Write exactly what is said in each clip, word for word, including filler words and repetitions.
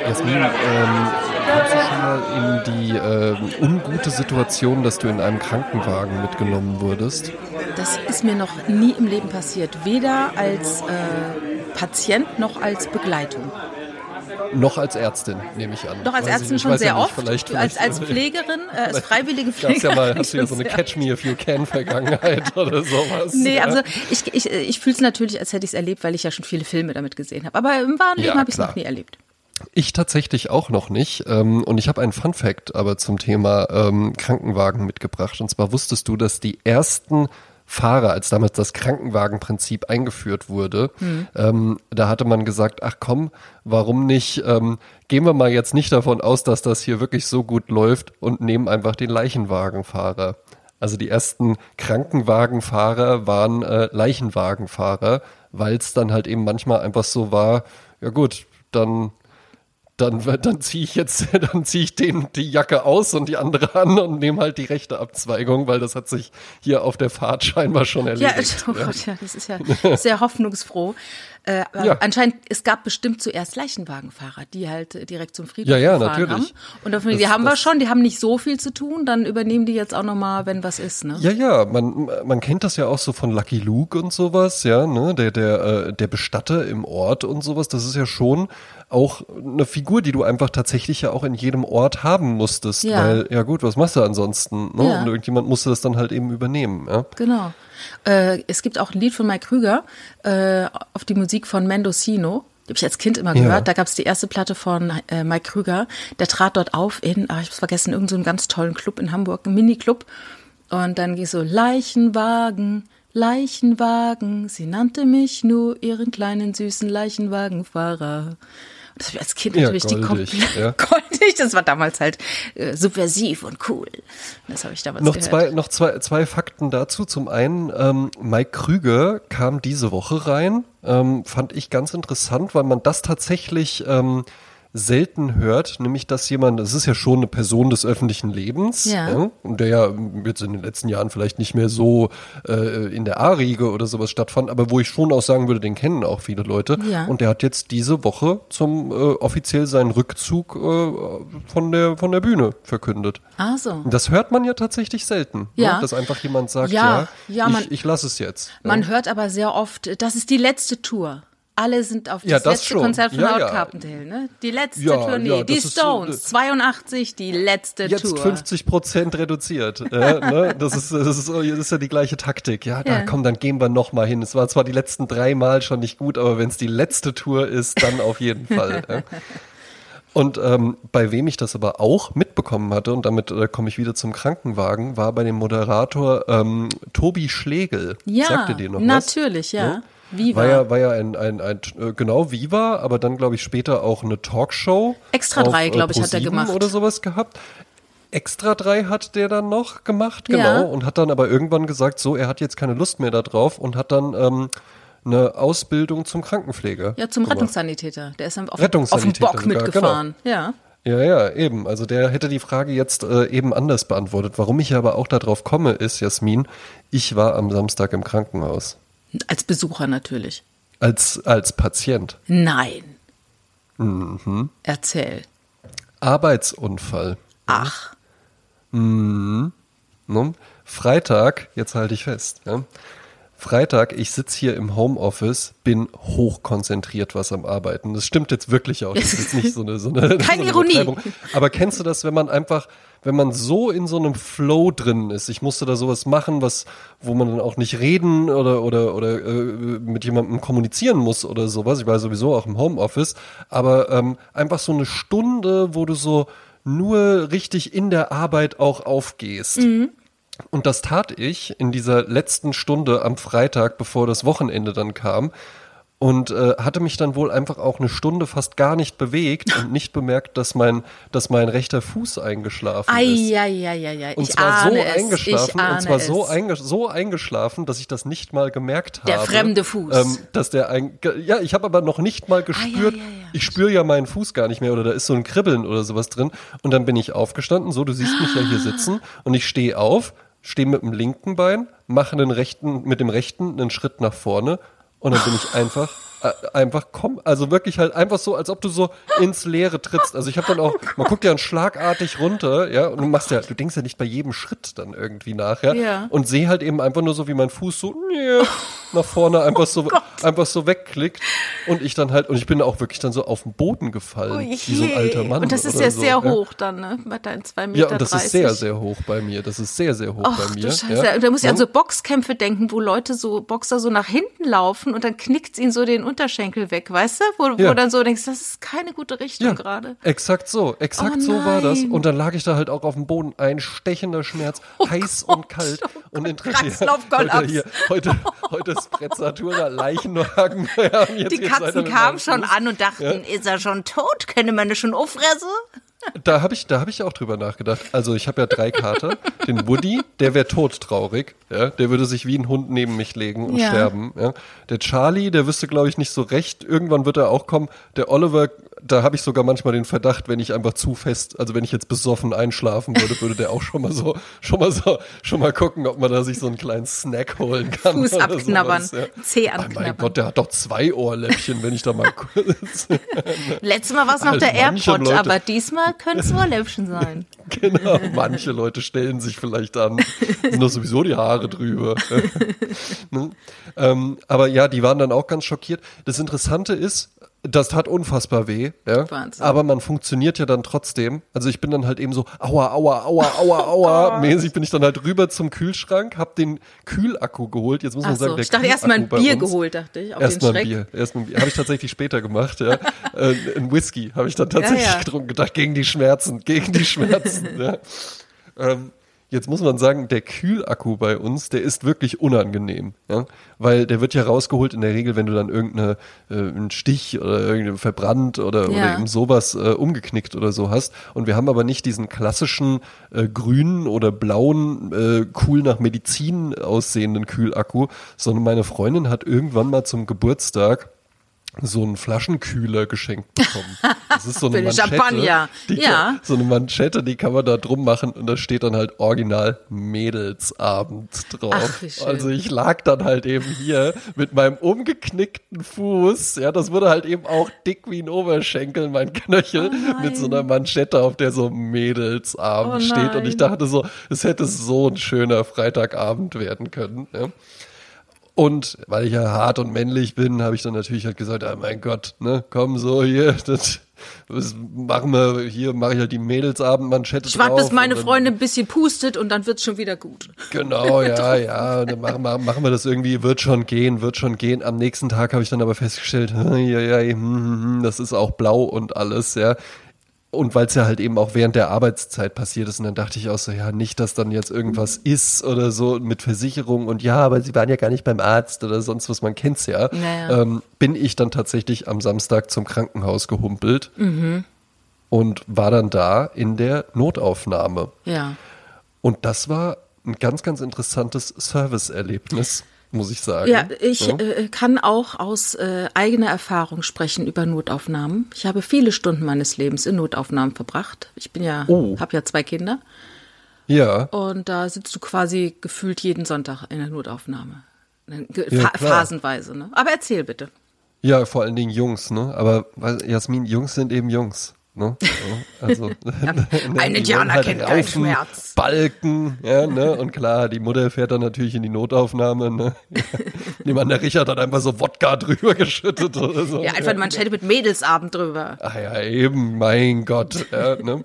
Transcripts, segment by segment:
Jasmin, ähm, kommst du schon mal in die ähm, ungute Situation, dass du in einem Krankenwagen mitgenommen wurdest? Das ist mir noch nie im Leben passiert. Weder als äh, Patient noch als Begleitung. Noch als Ärztin, nehme ich an. Noch als Weiß Ärztin ich, schon weiß sehr ja nicht, oft. vielleicht, als, vielleicht, als Pflegerin, äh, als freiwillige Pflegerin. Ja mal, hast du ja so eine Catch Me If You Can Vergangenheit oder sowas. Nee, ja. also ich, ich, ich fühle es natürlich, als hätte ich es erlebt, weil ich ja schon viele Filme damit gesehen habe. Aber im wahren Leben Ja, habe ich es klar. noch nie erlebt. Ich tatsächlich auch noch nicht. Ähm, und ich habe einen Fun-Fact aber zum Thema ähm, Krankenwagen mitgebracht. Und zwar wusstest du, dass die ersten Fahrer, als damals das Krankenwagenprinzip eingeführt wurde, hm. ähm, da hatte man gesagt, ach komm, warum nicht, ähm, gehen wir mal jetzt nicht davon aus, dass das hier wirklich so gut läuft und nehmen einfach den Leichenwagenfahrer. Also die ersten Krankenwagenfahrer waren äh, Leichenwagenfahrer, weil es dann halt eben manchmal einfach so war, ja gut, dann dann, dann ziehe ich jetzt, dann ziehe ich den die Jacke aus und die andere an und nehme halt die rechte Abzweigung, weil das hat sich hier auf der Fahrt scheinbar schon erledigt. Ja, oh Gott, ja, das ist ja sehr hoffnungsfroh. Äh, aber ja. Anscheinend, es gab bestimmt zuerst Leichenwagenfahrer, die halt direkt zum Friedhof ja, ja, gefahren natürlich. haben. Und davon, das, die haben das, wir schon, die haben nicht so viel zu tun, dann übernehmen die jetzt auch nochmal, wenn was ist, ne? Ja, ja, man, man kennt das ja auch so von Lucky Luke und sowas, ja, ne, der, der, äh, der Bestatter im Ort und sowas, das ist ja schon auch eine Figur, die du einfach tatsächlich ja auch in jedem Ort haben musstest, ja. weil, ja gut, was machst du ansonsten, ne? Ja. Und irgendjemand musste das dann halt eben übernehmen, ja. Genau. Äh, es gibt auch ein Lied von Mike Krüger äh, auf die Musik von Mendocino. Die habe ich als Kind immer gehört. Ja. Da gab es die erste Platte von äh, Mike Krüger. Der trat dort auf in, ach, ich hab's vergessen, irgendeinem so einem ganz tollen Club in Hamburg, ein Mini-Club. Und dann ging es so, Leichenwagen, Leichenwagen. Sie nannte mich nur ihren kleinen, süßen Leichenwagenfahrer. Das habe ich als Kind Ja, natürlich goldig, die komplett ja. goldig. Das war damals halt äh, subversiv und cool. Das habe ich damals Noch gehört. zwei, noch zwei, zwei Fakten dazu. Zum einen, ähm, Mike Krüger kam diese Woche rein. Ähm, fand ich ganz interessant, weil man das tatsächlich ähm, selten hört, nämlich dass jemand, das ist ja schon eine Person des öffentlichen Lebens, Ja. ja, und der ja jetzt in den letzten Jahren vielleicht nicht mehr so äh, in der A-Riege oder sowas stattfand, aber wo ich schon auch sagen würde, den kennen auch viele Leute. Ja. Und der hat jetzt diese Woche zum äh, offiziell seinen Rückzug äh, von der von der Bühne verkündet. Ah so. Das hört man ja tatsächlich selten, Ja. ne? Dass einfach jemand sagt, Ja, ja, ja, ich, man- ich lasse es jetzt. Man ja. hört aber sehr oft, das ist die letzte Tour. Alle sind auf das, Ja, das letzte schon. Konzert von Ja, Howard ja. Carpendale, ne? Die letzte Ja, Tournee. ja, die das ist so, Stones, das- zweiundachtzig, die letzte Jetzt Tour. fünfzig Prozent reduziert. äh, ne? das, ist, das, ist, das ist ja die gleiche Taktik. Ja, da Ja. komm, dann gehen wir noch mal hin. Es war zwar die letzten drei Mal schon nicht gut, aber wenn es die letzte Tour ist, dann auf jeden Fall. Ja. Und ähm, bei wem ich das aber auch mitbekommen hatte, und damit äh, komme ich wieder zum Krankenwagen, war bei dem Moderator ähm, Tobi Schlegel. Ja, Sagt ihr dir noch was? natürlich, ja. Ja? Viva. War ja, war ja ein, ein, ein, äh, genau, Viva, aber dann, glaube ich, später auch eine Talkshow. Extra drei, auf, äh, glaube ich, hat er ProSieben gemacht. Oder sowas gehabt. Extra drei hat der dann noch gemacht, genau. Ja. Und hat dann aber irgendwann gesagt, so, er hat jetzt keine Lust mehr da drauf und hat dann ähm, eine Ausbildung zum Krankenpfleger Ja, zum gemacht. Rettungssanitäter. Der ist dann auf, auf dem Rettungssanitäter Bock sogar, mitgefahren. Ja. Ja, ja, eben. Also der hätte die Frage jetzt äh, eben anders beantwortet. Warum ich aber auch darauf komme, ist, Jasmin, ich war am Samstag im Krankenhaus. Als Besucher natürlich. Als, als Patient. Nein. Mhm. Erzähl. Arbeitsunfall. Ach. Mhm. Ne? Freitag, jetzt halte ich fest, ja. Freitag, ich sitze hier im Homeoffice, bin hochkonzentriert was am Arbeiten. Das stimmt jetzt wirklich auch. Das ist jetzt nicht so eine, so eine, Keine so eine Ironie. Übertreibung. Aber kennst du das, wenn man einfach, wenn man so in so einem Flow drin ist, ich musste da sowas machen, was, wo man dann auch nicht reden oder, oder, oder äh, mit jemandem kommunizieren muss oder sowas. Ich war sowieso auch im Homeoffice, aber ähm, einfach so eine Stunde, wo du so nur richtig in der Arbeit auch aufgehst. Mhm. Und das tat ich in dieser letzten Stunde am Freitag, bevor das Wochenende dann kam. Und äh, hatte mich dann wohl einfach auch eine Stunde fast gar nicht bewegt und nicht bemerkt, dass mein, dass mein rechter Fuß eingeschlafen ist. Eieieiei. Und Ich zwar so ahne es. eingeschlafen, Ich ahne und zwar so, es. einge so eingeschlafen, dass ich das nicht mal gemerkt habe. Der fremde Fuß. Ähm, dass der ein, ja, ich habe aber noch nicht mal gespürt, Ah, ja, ja, ja. ich spüre ja meinen Fuß gar nicht mehr oder da ist so ein Kribbeln oder sowas drin. Und dann bin ich aufgestanden, so, du siehst mich ja hier sitzen und ich stehe auf, stehe mit dem linken Bein, mache den rechten, mit dem rechten einen Schritt nach vorne und dann bin ich einfach äh, einfach komm, also wirklich halt einfach so, als ob du so ins Leere trittst. Also ich habe dann auch, oh man guckt ja dann schlagartig runter, ja, und du machst ja, du denkst ja nicht bei jedem Schritt dann irgendwie nach, ja, ja. und sehe halt eben einfach nur so, wie mein Fuß so yeah, nach vorne einfach so, oh einfach so wegklickt und ich dann halt, und ich bin auch wirklich dann so auf den Boden gefallen, oh wie so ein alter Mann. Und das ist oder ja so, sehr ja. hoch dann, ne, bei deinen zwei Meter Ja, und das dreißig. ist sehr, sehr hoch bei mir, das ist sehr, sehr hoch Och, bei mir. du Scheiße. Ja. Da muss ich an so Boxkämpfe denken, wo Leute so, Boxer so nach hinten laufen und dann knickt's ihnen so den Unterschenkel weg, weißt du? Wo, Ja. wo dann so denkst, das ist keine gute Richtung Ja, gerade. exakt so, exakt Oh so war das. nein. Und dann lag ich da halt auch auf dem Boden, ein stechender Schmerz, Oh heiß Gott, und kalt. oh und Gott, interessiert. Kreislaufkollaps. Heute, hier, heute, heute Sprezzatura, Leichenwagen. Ja, und jetzt Die geht's Katzen weiter mit kamen meinem schon Fuß. an und dachten, ist er schon tot? Können wir das schon auffressen? Da habe ich, da habe ich auch drüber nachgedacht. Also ich habe ja drei Kater. Den Woody, der wäre todtraurig. Ja, der würde sich wie ein Hund neben mich legen und Ja. sterben. Ja. Der Charlie, der wüsste, glaube ich, nicht so recht. Irgendwann wird er auch kommen. Der Oliver, da habe ich sogar manchmal den Verdacht, wenn ich einfach zu fest, also wenn ich jetzt besoffen einschlafen würde, würde der auch schon mal so, schon mal so, schon mal gucken, ob man da sich so einen kleinen Snack holen kann. Fuß oder abknabbern, sowas, ja. Zeh Ah, mein anknabbern. Gott, der hat doch zwei Ohrläppchen, wenn ich da mal kurz. Letztes Mal war es noch Also der manche AirPod, Leute- aber diesmal könnte es Ohrläppchen sein. Genau, manche Leute stellen sich vielleicht an, sind doch sowieso die Haare drüber. Ne? ähm, aber ja, die waren dann auch ganz schockiert. Das Interessante ist, das tat unfassbar weh, ja. Wahnsinn. Aber man funktioniert ja dann trotzdem. Also ich bin dann halt eben so, aua, aua, aua, aua, aua, mäßig bin ich dann halt rüber zum Kühlschrank, hab den Kühlakku geholt. Jetzt muss man Ach sagen, so, der ich dachte erst mal ein Kühlakku bei Bier uns- geholt, dachte ich, auf Erstmal den ein Schreck. Bier, erstmal ein Bier. Habe ich tatsächlich später gemacht, ja. äh, ein Whisky habe ich dann tatsächlich Ja, ja. getrunken, gedacht, gegen die Schmerzen, gegen die Schmerzen, ja. Ähm, jetzt muss man sagen, der Kühlakku bei uns, der ist wirklich unangenehm, ja, weil der wird ja rausgeholt in der Regel, wenn du dann irgendeine äh, einen Stich oder irgendwie verbrannt oder, Ja. oder eben sowas äh, umgeknickt oder so hast. Und wir haben aber nicht diesen klassischen äh, grünen oder blauen, äh, cool nach Medizin aussehenden Kühlakku, sondern meine Freundin hat irgendwann mal zum Geburtstag so einen Flaschenkühler geschenkt bekommen. Das ist so eine Für den Manschette. Champagner. Die Ja. kann, so eine Manschette, die kann man da drum machen und da steht dann halt original Mädelsabend drauf. Ach, wie schön. Also ich lag dann halt eben hier mit meinem umgeknickten Fuß, ja, das wurde halt eben auch dick wie ein Oberschenkel, mein Knöchel, Oh mit so einer Manschette, auf der so Mädelsabend Oh steht und nein. ich dachte so, es hätte so ein schöner Freitagabend werden können, ja. Und weil ich ja hart und männlich bin, habe ich dann natürlich halt gesagt, ah, mein Gott, ne, komm so hier, das, das machen wir, hier mache ich halt die Mädelsabendmanschette Ich warte, drauf. bis meine und dann- Freundin ein bisschen pustet und dann wird's schon wieder gut. Genau, ja, ja, und dann machen, wir- machen wir das irgendwie, wird schon gehen, wird schon gehen. Am nächsten Tag habe ich dann aber festgestellt, ja, ja, hm, hm, hm, das ist auch blau und alles, ja. Und weil es ja halt eben auch während der Arbeitszeit passiert ist und dann dachte ich auch so, ja, nicht, dass dann jetzt irgendwas ist oder so mit Versicherung und ja, aber sie waren ja gar nicht beim Arzt oder sonst was, man kennt's ja, Naja. ähm, bin ich dann tatsächlich am Samstag zum Krankenhaus gehumpelt Mhm. und war dann da in der Notaufnahme. Ja. Und das war ein ganz, ganz interessantes Serviceerlebnis, muss ich sagen. Ja, ich Ja. äh, kann auch aus äh, eigener Erfahrung sprechen über Notaufnahmen. Ich habe viele Stunden meines Lebens in Notaufnahmen verbracht. Ich bin ja, Oh. habe ja zwei Kinder Ja, und da sitzt du quasi gefühlt jeden Sonntag in der Notaufnahme. Ge- Ja, Fa- klar. phasenweise, ne? Aber erzähl bitte. ja, vor allen Dingen Jungs, ne? Aber weil- Jasmin, Jungs sind eben Jungs. Ne? Ja, also, Ein die Indianer wollen halt kennt keinen raufen, Schmerz. Balken, ja, ne? Und klar, die Mutter fährt dann natürlich in die Notaufnahme, ne? Niemand, der Richard hat einfach so Wodka drüber geschüttet oder so. Ja, einfach eine Manschette mit Mädelsabend drüber. Ach ja, eben, mein Gott. Ja, ne?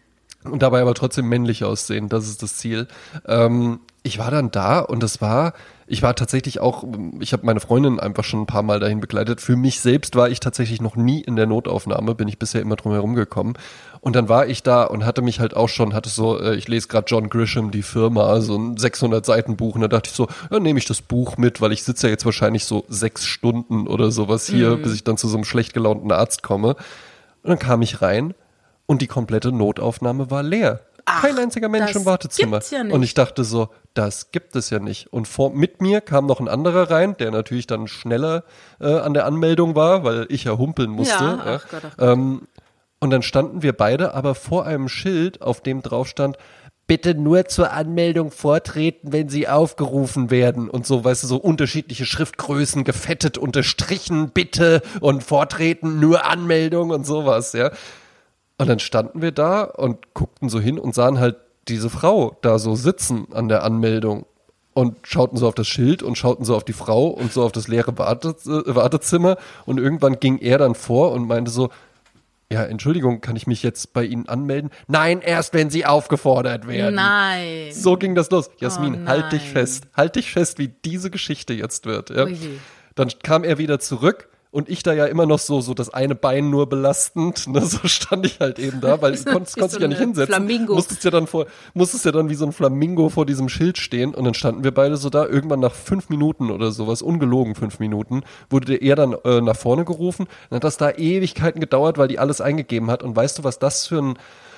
Und dabei aber trotzdem männlich aussehen, das ist das Ziel. Ähm, ich war dann da und das war, ich war tatsächlich auch, ich habe meine Freundin einfach schon ein paar Mal dahin begleitet. Für mich selbst war ich tatsächlich noch nie in der Notaufnahme, bin ich bisher immer drum herum gekommen. Und dann war ich da und hatte mich halt auch schon, hatte so, äh, ich lese gerade John Grisham, die Firma, so ein sechshundert Seiten Buch und da dachte ich so, ja, nehme ich das Buch mit, weil ich sitze ja jetzt wahrscheinlich so sechs Stunden oder sowas hier, bis ich dann zu so einem schlecht gelaunten Arzt komme. Und dann kam ich rein und die komplette Notaufnahme war leer. Ach, Kein einziger Mensch das im Wartezimmer. gibt's ja nicht. Und ich dachte so, das gibt es ja nicht. Und vor, mit mir kam noch ein anderer rein, der natürlich dann schneller äh, an der Anmeldung war, weil ich ja humpeln musste. Ja, ja. ach Gott, ach Gott. Ähm, und dann standen wir beide aber vor einem Schild, auf dem drauf stand, bitte nur zur Anmeldung vortreten, wenn Sie aufgerufen werden und so, weißt du, so unterschiedliche Schriftgrößen, gefettet, unterstrichen, bitte und vortreten, nur Anmeldung und sowas, ja. Und dann standen wir da und guckten so hin und sahen halt diese Frau da so sitzen an der Anmeldung und schauten so auf das Schild und schauten so auf die Frau und so auf das leere Warte, äh, Wartezimmer und irgendwann ging er dann vor und meinte so, ja, Entschuldigung, kann ich mich jetzt bei Ihnen anmelden? Nein, erst wenn Sie aufgefordert werden. Nein. So ging das los. Jasmin, Oh halt dich nein. fest. Halt dich fest, wie diese Geschichte jetzt wird. Ja. Ui. Dann kam er wieder zurück und ich da ja immer noch so, so das eine Bein nur belastend. Ne, so stand ich halt eben da, weil du konntest, Wie konntest so dich ja nicht eine hinsetzen. Flamingo. Musstest ja dann vor, musstest ja dann wie so ein Flamingo vor diesem Schild stehen und dann standen wir beide so da. Irgendwann nach fünf Minuten oder sowas, ungelogen fünf Minuten, wurde er dann äh, nach vorne gerufen. Dann hat das da Ewigkeiten gedauert, weil die alles eingegeben hat. Und weißt du, was das für ein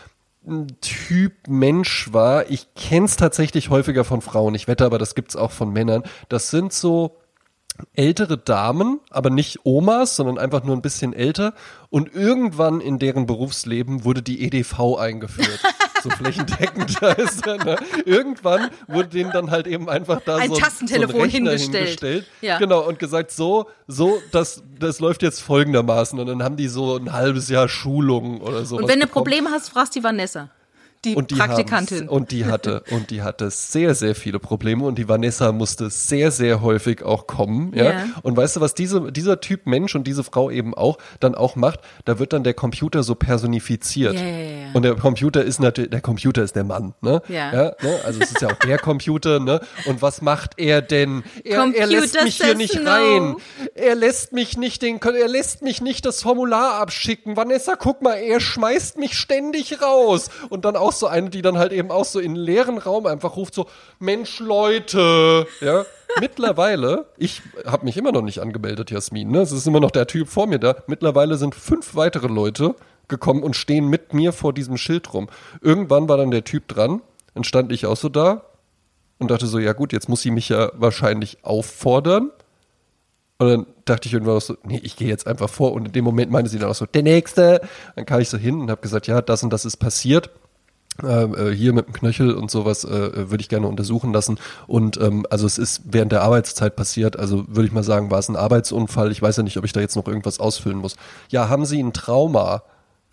ein Typ Mensch war? Ich kenn's tatsächlich häufiger von Frauen. Ich wette aber, das gibt's auch von Männern. Das sind so ältere Damen, aber nicht Omas, sondern einfach nur ein bisschen älter. Und irgendwann in deren Berufsleben wurde die E D V eingeführt. So flächendeckend. Da ist er, ne? Irgendwann wurde denen dann halt eben einfach da Ein so, Tastentelefon so ein Rechner hingestellt. hingestellt. Ja. Genau, und gesagt, so, so, das, das läuft jetzt folgendermaßen. Und dann haben die so ein halbes Jahr Schulung oder so. Und wenn du Probleme hast, fragst die Vanessa. Die, und die Praktikantin. haben's. Und die hatte, und die hatte sehr, sehr viele Probleme und die Vanessa musste sehr, sehr häufig auch kommen, ja. Ja. Und weißt du, was diese, dieser Typ Mensch und diese Frau eben auch dann auch macht? Da wird dann der Computer so personifiziert. Ja, ja, ja. Und der Computer ist natürlich, der Computer ist der Mann, ne? Ja. ja ne? Also es ist ja auch der Computer, ne? Und was macht er denn? Er, er lässt Computer mich hier says nicht no. rein. Er lässt mich nicht den, er lässt mich nicht das Formular abschicken. Vanessa, guck mal, er schmeißt mich ständig raus. Und dann auch so eine, die dann halt eben auch so in einen leeren Raum einfach ruft so, Mensch, Leute, ja. Mittlerweile, ich habe mich immer noch nicht angemeldet, Jasmin, ne? Es ist immer noch der Typ vor mir da. Mittlerweile sind fünf weitere Leute gekommen und stehen mit mir vor diesem Schild rum. Irgendwann war dann der Typ dran, dann stand ich auch so da und dachte so, ja gut, jetzt muss sie mich ja wahrscheinlich auffordern. Und dann dachte ich irgendwann auch so, nee, ich gehe jetzt einfach vor. Und in dem Moment meinte sie dann auch so, der Nächste. Dann kam ich so hin und habe gesagt, ja, das und das ist passiert. Äh, hier mit dem Knöchel und sowas äh, würde ich gerne untersuchen lassen. Und ähm, also es ist während der Arbeitszeit passiert. Also würde ich mal sagen, war es ein Arbeitsunfall. Ich weiß ja nicht, ob ich da jetzt noch irgendwas ausfüllen muss. Ja, haben Sie ein Trauma?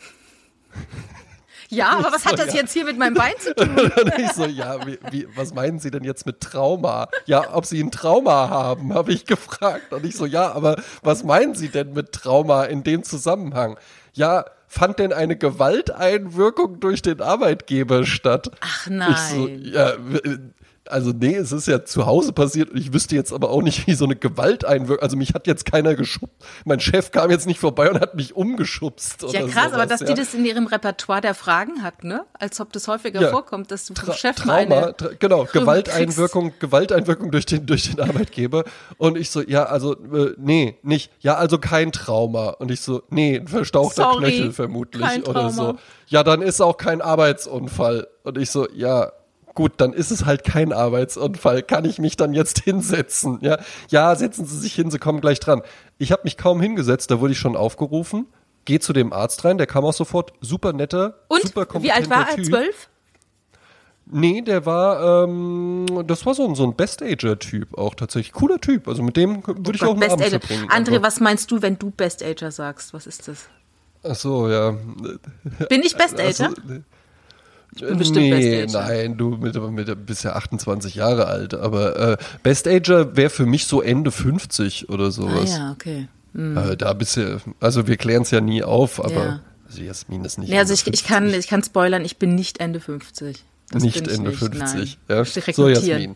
Ja, aber was so, hat das ja. jetzt hier mit meinem Bein zu tun? Und ich so, ja, wie, wie, was meinen Sie denn jetzt mit Trauma? Ja, ob Sie ein Trauma haben, habe ich gefragt. Und ich so, ja, aber was meinen Sie denn mit Trauma in dem Zusammenhang? Ja, fand denn eine Gewalteinwirkung durch den Arbeitgeber statt? Ach nein. Ich so, ja, also nee, es ist ja zu Hause passiert und ich wüsste jetzt aber auch nicht, wie so eine Gewalteinwirkung, also mich hat jetzt keiner geschubst, mein Chef kam jetzt nicht vorbei und hat mich umgeschubst oder Ja, krass, sowas, aber dass ja. die das in ihrem Repertoire der Fragen hat, ne? Als ob das häufiger Ja. vorkommt, dass du vom Tra- Chef mal Trauma, eine tra- genau, Krümmel Gewalteinwirkung, Gewalteinwirkung durch den, durch den Arbeitgeber. Und ich so, ja, also, äh, nee, nicht, ja, also kein Trauma. Und ich so, nee, ein verstauchter Sorry, Knöchel vermutlich kein oder so. Trauma. Ja, dann ist auch kein Arbeitsunfall. Und ich so, ja, gut, dann ist es halt kein Arbeitsunfall. Kann ich mich dann jetzt hinsetzen? Ja, ja, setzen Sie sich hin, Sie kommen gleich dran. Ich habe mich kaum hingesetzt, da wurde ich schon aufgerufen. Geh zu dem Arzt rein, der kam auch sofort. Super netter, Und super wie alt kompetenter war er? Typ. Zwölf? Nee, der war, ähm, das war so ein, so ein Best-Ager-Typ auch tatsächlich. Cooler Typ, also mit dem würde ich Gott, auch einen Best Abend Ager. verbringen. André, einfach. was meinst du, wenn du Best Ager sagst? Was ist das? Ach so, ja. Bin ich Best Also, Ager? äh, bestimmt nee, Best Ager. nein, du mit, mit, bist ja achtundzwanzig Jahre alt, aber äh, Best Ager wäre für mich so Ende fünfzig oder Ah sowas. ja, okay. Äh, da bist du, also wir klären es ja nie auf, aber Ja. also Jasmin ist nicht Nee, also Ende ich, ich, kann, ich kann spoilern, ich bin nicht Ende fünfzig. Das nicht bin ich Ende nicht, fünfzig. Nein. Ja. Direkt So, notieren. Jasmin.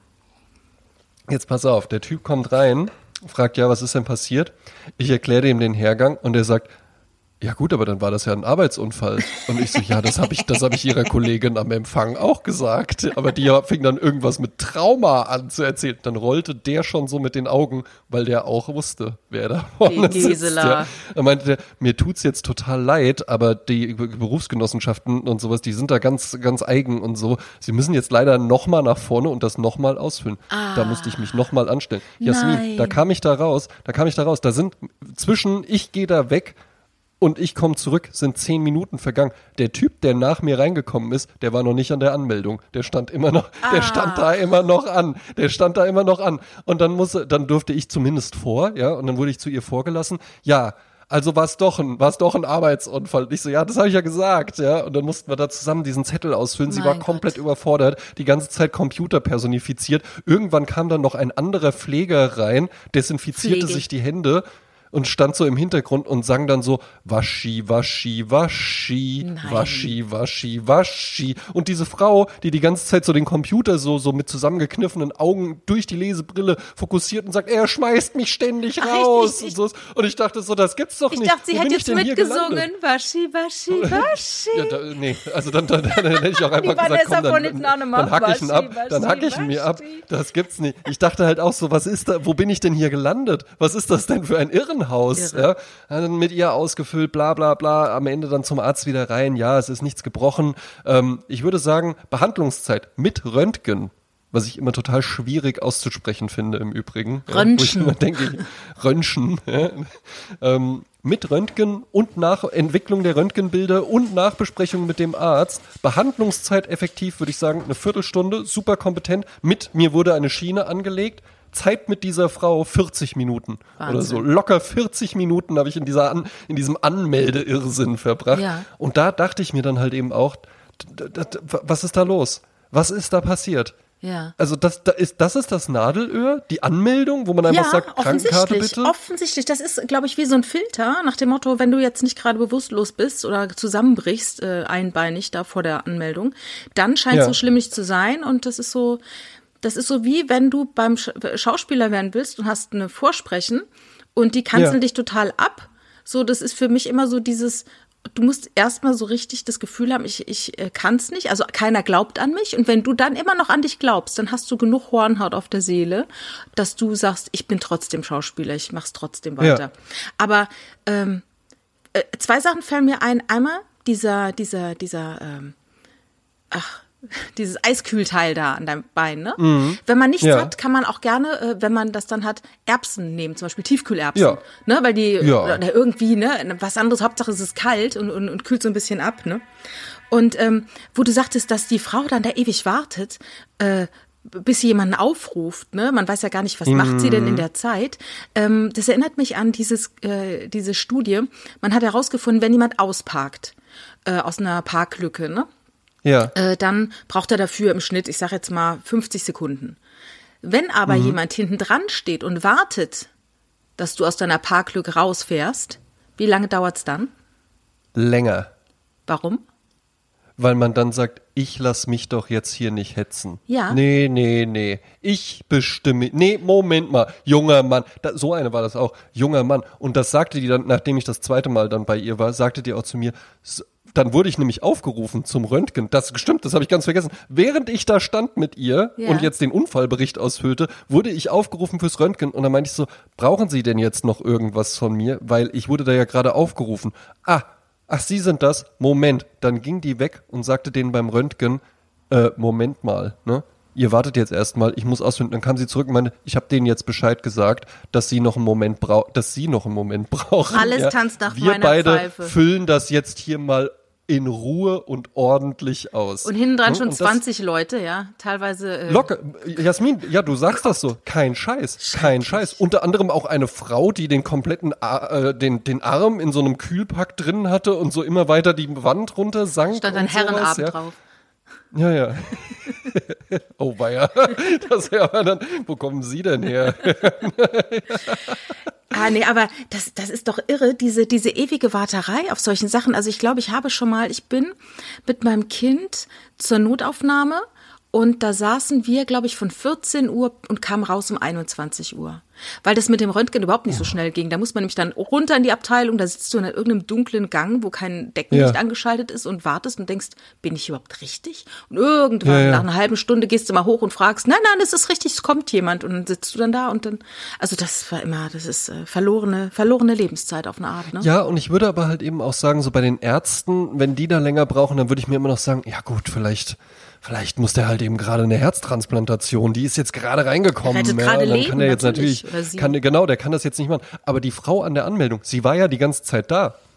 Jetzt pass auf, der Typ kommt rein, fragt, ja, was ist denn passiert? Ich erkläre ihm den Hergang und er sagt, ja gut, aber dann war das ja ein Arbeitsunfall. Und ich so, ja, das habe ich, das habe ich ihrer Kollegin am Empfang auch gesagt. Aber die fing dann irgendwas mit Trauma an zu erzählen. Dann rollte der schon so mit den Augen, weil der auch wusste, wer da vorne Die sitzt. Gisela. Ja. Er meinte, der, mir tut's jetzt total leid, aber die Berufsgenossenschaften und sowas, die sind da ganz, ganz eigen und so. Sie müssen jetzt leider nochmal nach vorne und das nochmal ausfüllen. Ah. Da musste ich mich nochmal anstellen. Jasmin, Nein. da kam ich da raus, da kam ich da raus. Da sind zwischen, ich gehe da weg, Und ich komme zurück, sind zehn Minuten vergangen. Der Typ, der nach mir reingekommen ist, der war noch nicht an der Anmeldung. Der stand immer noch, ah. der stand da immer noch an. Der stand da immer noch an. Und dann musste, dann durfte ich zumindest vor, ja, und dann wurde ich zu ihr vorgelassen. Ja, also war es doch ein, war es doch ein Arbeitsunfall. Und ich so, ja, das habe ich ja gesagt, ja. Und dann mussten wir da zusammen diesen Zettel ausfüllen. Sie Mein war komplett Gott. überfordert, die ganze Zeit Computer personifiziert. Irgendwann kam dann noch ein anderer Pfleger rein, desinfizierte Pflege. sich die Hände und stand so im Hintergrund und sang dann so Waschi, Waschi, Waschi, Nein. Waschi, Waschi, Waschi. Und diese Frau, die die ganze Zeit so den Computer so so mit zusammengekniffenen Augen durch die Lesebrille fokussiert und sagt, er schmeißt mich ständig Ach, raus. ich- ich- und, so. Und ich dachte so, das gibt's doch Ich nicht. dachte, sie Wo hätte bin ich jetzt denn hier mitgesungen. gelandet? Waschi, waschi, waschi. Ja, da, nee, also dann, dann, dann hätte ich auch einfach gesagt, Vanessa komm, von dann, hinten dann, auch nochmal. dann hack ich ihn ab, Waschi, dann hack ich ihn mir ab. waschi. Das gibt's nicht. Ich dachte halt auch so, was ist da, wo bin ich denn hier gelandet? Was ist das denn für ein Irrenhaus? Irre. Ja? Dann mit ihr ausgefüllt, bla bla bla, am Ende dann zum Arzt wieder rein, ja, es ist nichts gebrochen. Ähm, ich würde sagen, Behandlungszeit mit Röntgen, was ich immer total schwierig auszusprechen finde im Übrigen. Ja, wo ich Röntgen. immer denke, Röntgen, ja, ähm, mit Röntgen und nach Entwicklung der Röntgenbilder und Nachbesprechung mit dem Arzt. Behandlungszeit effektiv, würde ich sagen, eine Viertelstunde, super kompetent. Mit mir wurde eine Schiene angelegt. Zeit mit dieser Frau vierzig Minuten Wahnsinn. oder so. Locker vierzig Minuten habe ich in dieser An, in diesem Anmelde-Irrsinn verbracht. Ja. Und da dachte ich mir dann halt eben auch, d- d- d- was ist da los? Was ist da passiert? Ja. Also das, da ist, das ist das Nadelöhr, die Anmeldung, wo man einfach sagt, Krankenkarte offensichtlich, bitte. offensichtlich. Das ist, glaube ich, wie so ein Filter nach dem Motto, wenn du jetzt nicht gerade bewusstlos bist oder zusammenbrichst, äh, einbeinig da vor der Anmeldung, dann scheint es Ja. so schlimm nicht zu sein. Und das ist so, das ist so wie wenn du beim Sch Schauspieler werden willst und hast eine Vorsprechen und die kanzeln Ja. dich total ab. So, das ist für mich immer so dieses, du musst erstmal so richtig das Gefühl haben, ich, ich äh, kann es nicht, also keiner glaubt an mich. Und wenn du dann immer noch an dich glaubst, dann hast du genug Hornhaut auf der Seele, dass du sagst, ich bin trotzdem Schauspieler, ich mach's trotzdem weiter. Ja. Aber ähm, äh, zwei Sachen fallen mir ein. Einmal dieser, dieser, dieser, ähm, ach, dieses Eiskühlteil da an deinem Bein, ne? Mhm. Wenn man nichts Ja. hat, kann man auch gerne, äh, wenn man das dann hat, Erbsen nehmen, zum Beispiel Tiefkühlerbsen. Ja. Ne? Weil die, Ja. oder irgendwie, ne, was anderes, Hauptsache es ist kalt und, und, und kühlt so ein bisschen ab, ne? Und ähm, wo du sagtest, dass die Frau dann da ewig wartet, äh, bis sie jemanden aufruft, ne? Man weiß ja gar nicht, was macht sie denn in der Zeit. Ähm, das erinnert mich an dieses, äh, diese Studie. Man hat herausgefunden, wenn jemand ausparkt äh, aus einer Parklücke, ne? Ja. Äh, dann braucht er dafür im Schnitt, ich sage jetzt mal, fünfzig Sekunden. Wenn aber Mhm. jemand hinten dran steht und wartet, dass du aus deiner Parklücke rausfährst, wie lange dauert's dann? Länger. Warum? Weil man dann sagt, ich lass mich doch jetzt hier nicht hetzen. Ja. Nee, nee, nee. Ich bestimme. Nee, Moment mal. Junger Mann. Da, so eine war das auch. Junger Mann. Und das sagte die dann, nachdem ich das zweite Mal dann bei ihr war, sagte die auch zu mir, so, dann wurde ich nämlich aufgerufen zum Röntgen. Das stimmt, das habe ich ganz vergessen. Während ich da stand mit ihr Ja. und jetzt den Unfallbericht ausfüllte, wurde ich aufgerufen fürs Röntgen. Und dann meinte ich so, brauchen Sie denn jetzt noch irgendwas von mir? Weil ich wurde da ja gerade aufgerufen. Ah, ach, Sie sind das? Moment. Dann ging die weg und sagte denen beim Röntgen, äh, Moment mal, ne? Ihr wartet jetzt erstmal, ich muss ausfinden. Dann kam sie zurück und meinte, ich habe denen jetzt Bescheid gesagt, dass sie noch einen Moment brauchen, dass sie noch einen Moment brauchen. Alles tanzt nach Wir meiner beide Pfeife. füllen das jetzt hier mal in Ruhe und ordentlich aus. Und hinten dran Ne? schon Und das- zwanzig Leute, ja, teilweise. Äh, Locker. Jasmin, ja, du sagst das so. Kein Scheiß. Kein Scheiß. Unter anderem auch eine Frau, die den kompletten, A- äh, den, den Arm in so einem Kühlpack drin hatte und so immer weiter die Wand runter sank. stand ein und sowas, Herrenabend ja. drauf. Ja, ja. Oh, weia. Das wäre aber dann, wo kommen Sie denn her? Ah, nee, aber das, das ist doch irre, diese, diese ewige Warterei auf solchen Sachen. Also ich glaube, ich habe schon mal, ich bin mit meinem Kind zur Notaufnahme und da saßen wir, glaube ich, von vierzehn Uhr und kamen raus um einundzwanzig Uhr. Weil das mit dem Röntgen überhaupt nicht so schnell ging. Da muss man nämlich dann runter in die Abteilung, da sitzt du in irgendeinem dunklen Gang, wo kein Deckenlicht Ja. angeschaltet ist und wartest und denkst, bin ich überhaupt richtig? Und irgendwann, Ja, ja. nach einer halben Stunde, gehst du mal hoch und fragst, nein, nein, es ist richtig, es kommt jemand. Und dann sitzt du dann da und dann, also das war immer, das ist äh, verlorene, verlorene Lebenszeit auf eine Art, ne? Ja, und ich würde aber halt eben auch sagen, so bei den Ärzten, wenn die da länger brauchen, dann würde ich mir immer noch sagen, ja gut, vielleicht, vielleicht muss der halt eben gerade eine Herztransplantation, die ist jetzt gerade reingekommen. Rettet ja, gerade und dann Leben, kann der jetzt natürlich. natürlich, Oder sie. kann, genau, der kann das jetzt nicht machen. Aber die Frau an der Anmeldung, sie war ja die ganze Zeit da.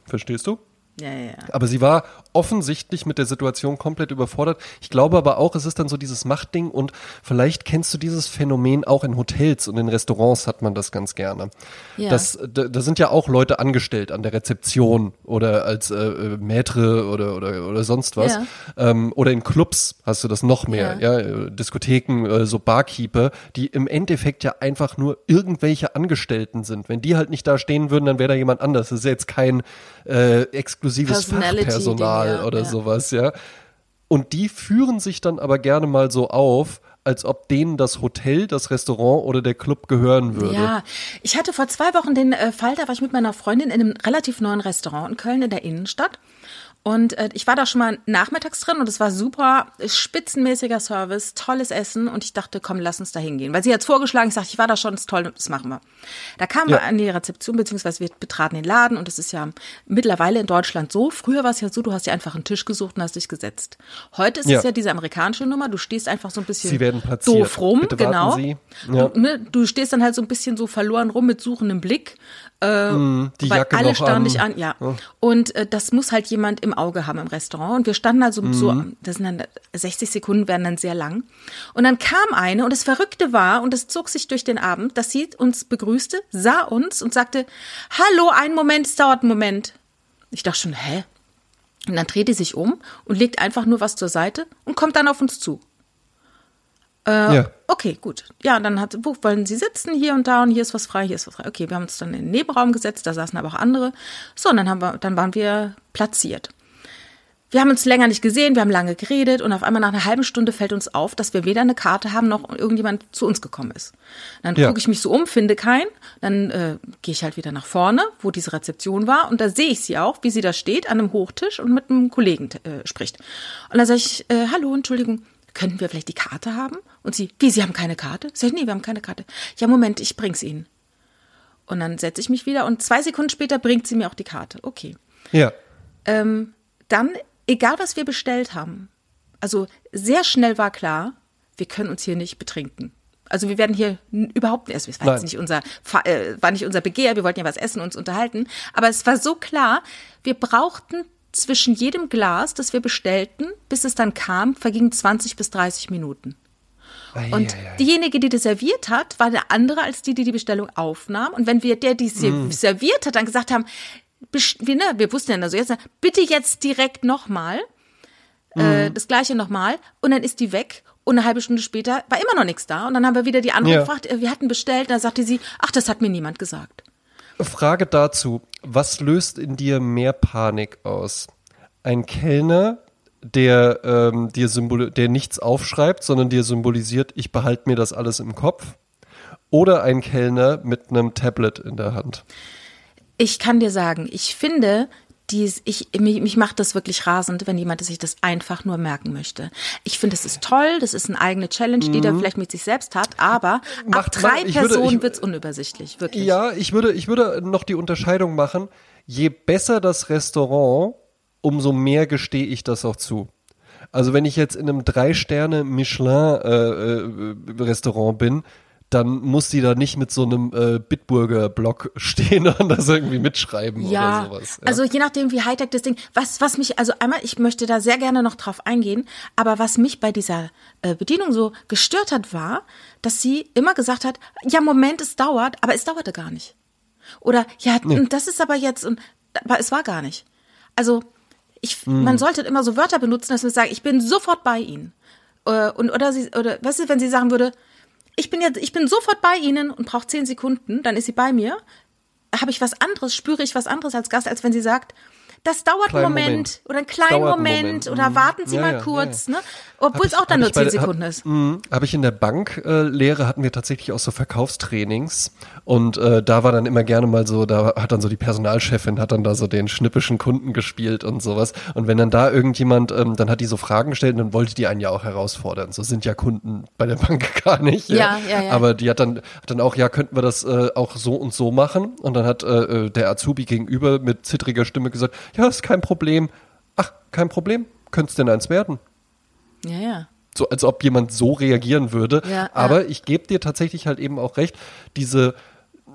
Verstehst du? Ja, ja, ja. Aber sie war offensichtlich mit der Situation komplett überfordert. Ich glaube aber auch, es ist dann so dieses Machtding und vielleicht kennst du dieses Phänomen auch in Hotels und in Restaurants hat man das ganz gerne. Ja. Das, da, da sind ja auch Leute angestellt an der Rezeption oder als äh, Maitre oder, oder, oder sonst was. Ja. Ähm, oder in Clubs hast du das noch mehr. Ja. Ja, Diskotheken, äh, so Barkeeper, die im Endeffekt ja einfach nur irgendwelche Angestellten sind. Wenn die halt nicht da stehen würden, dann wäre da jemand anders. Das ist ja jetzt kein äh, exklusives Fachpersonal Ding, ja, oder ja. sowas, ja. Und die führen sich dann aber gerne mal so auf, als ob denen das Hotel, das Restaurant oder der Club gehören würde. Ja, ich hatte vor zwei Wochen den äh, Fall, da war ich mit meiner Freundin in einem relativ neuen Restaurant in Köln in der Innenstadt. Und äh, ich war da schon mal nachmittags drin und es war super, spitzenmäßiger Service, tolles Essen und ich dachte, komm, lass uns da hingehen. Weil sie hat's vorgeschlagen, ich sagte, ich war da schon, ist toll, das machen wir. Da kamen Ja. wir an die Rezeption, beziehungsweise wir betraten den Laden und es ist ja mittlerweile in Deutschland so, früher war es ja so, du hast dir einfach einen Tisch gesucht und hast dich gesetzt. Heute ist Ja. es ja diese amerikanische Nummer, du stehst einfach so ein bisschen Sie werden platziert. doof rum, Bitte genau. warten Sie. Ja. Und, ne, du stehst dann halt so ein bisschen so verloren rum mit suchendem Blick. Äh, Die weil Jacke alle noch starren an. dich an, ja. Und äh, das muss halt jemand im Auge haben im Restaurant. Und wir standen also Mhm. so, das sind dann sechzig Sekunden, werden dann sehr lang. Und dann kam eine und das Verrückte war, und das zog sich durch den Abend, dass sie uns begrüßte, sah uns und sagte, hallo, einen Moment, es dauert einen Moment. Ich dachte schon, hä? Und dann dreht die sich um und legt einfach nur was zur Seite und kommt dann auf uns zu. Äh, Ja. Okay, gut. Ja, dann hat, wo wollen Sie sitzen? Hier und da und hier ist was frei, hier ist was frei. Okay, wir haben uns dann in den Nebenraum gesetzt, da saßen aber auch andere. So, und dann haben wir, dann waren wir platziert. Wir haben uns länger nicht gesehen, wir haben lange geredet und auf einmal nach einer halben Stunde fällt uns auf, dass wir weder eine Karte haben, noch irgendjemand zu uns gekommen ist. Dann Ja. gucke ich mich so um, finde keinen, dann äh, gehe ich halt wieder nach vorne, wo diese Rezeption war und da sehe ich sie auch, wie sie da steht an einem Hochtisch und mit einem Kollegen äh, spricht. Und dann sage ich, äh, hallo, Entschuldigung, könnten wir vielleicht die Karte haben? Und sie, wie, Sie haben keine Karte? Sag ich, nee, wir haben keine Karte. Ja, Moment, ich bring's Ihnen. Und dann setze ich mich wieder und zwei Sekunden später bringt sie mir auch die Karte. Okay. Ja. Ähm, dann, egal was wir bestellt haben, also sehr schnell war klar, wir können uns hier nicht betrinken. Also wir werden hier n- überhaupt nicht, also es war Nein. jetzt nicht unser, Fa- äh, war nicht unser Begehr, wir wollten ja was essen, uns unterhalten, aber es war so klar, wir brauchten zwischen jedem Glas, das wir bestellten, bis es dann kam, vergingen zwanzig bis dreißig Minuten. Und Ei, ei, ei. diejenige, die das serviert hat, war der andere als die, die die Bestellung aufnahm. Und wenn wir der, die es Mm. serviert hat, dann gesagt haben, best- wir, ne, wir wussten ja also jetzt, bitte jetzt direkt nochmal, äh, Mm. das gleiche nochmal, und dann ist die weg. Und eine halbe Stunde später war immer noch nichts da. Und dann haben wir wieder die andere Ja. gefragt, äh, wir hatten bestellt. Und dann sagte sie, ach, das hat mir niemand gesagt. Frage dazu, was löst in dir mehr Panik aus? Ein Kellner, der ähm, dir symbol der nichts aufschreibt, sondern dir symbolisiert, ich behalte mir das alles im Kopf? Oder ein Kellner mit einem Tablet in der Hand? Ich kann dir sagen, ich finde, dies, ich, mich, mich macht das wirklich rasend, wenn jemand sich das einfach nur merken möchte. Ich finde, das ist toll, das ist eine eigene Challenge, die der vielleicht mit sich selbst hat, aber Macht- ab drei ich würde- Personen ich- wird's unübersichtlich, wirklich. Ja, ich würde, ich würde noch die Unterscheidung machen, je besser das Restaurant, umso mehr gestehe ich das auch zu. Also wenn ich jetzt in einem Drei-Sterne-Michelin-Restaurant bin, dann muss die da nicht mit so einem äh, Bitburger-Block stehen und das irgendwie mitschreiben Ja, oder sowas. Ja. also je nachdem, wie Hightech das Ding, was, was mich, also einmal, ich möchte da sehr gerne noch drauf eingehen, aber was mich bei dieser äh, Bedienung so gestört hat, war, dass sie immer gesagt hat, ja, Moment, es dauert, aber es dauerte gar nicht. Oder, ja, Nee. das ist aber jetzt, und, aber es war gar nicht. Also, ich, Hm. man sollte immer so Wörter benutzen, dass man sagt, ich bin sofort bei Ihnen. Äh, und, oder sie, oder, weißt du, wenn sie sagen würde, ich bin jetzt, ich bin sofort bei Ihnen und brauche zehn Sekunden, dann ist sie bei mir. Habe ich was anderes, spüre ich was anderes als Gast, als wenn sie sagt, das dauert Kleinen einen Moment, Moment. oder einen kleinen Dauert einen Moment, Moment. oder Mhm. warten Sie Ja, mal ja, kurz, ja, ja. ne? Obwohl es auch dann Hab nur ich bei zehn der- Sekunden hab, ist. mh, Habe ich in der Banklehre, hatten wir tatsächlich auch so Verkaufstrainings und äh, da war dann immer gerne mal so, da hat dann so die Personalchefin, hat dann da so den schnippischen Kunden gespielt und sowas und wenn dann da irgendjemand, ähm, dann hat die so Fragen gestellt und dann wollte die einen ja auch herausfordern. So sind ja Kunden bei der Bank gar nicht. Ja, ja, ja. Aber die hat dann, hat dann auch, ja, könnten wir das äh, auch so und so machen und dann hat äh, der Azubi gegenüber mit zittriger Stimme gesagt, ja, ist kein Problem. Ach, kein Problem. Könnte es denn eins werden? Ja, ja. So, als ob jemand so reagieren würde. Ja, Aber ja. ich gebe dir tatsächlich halt eben auch recht, diese,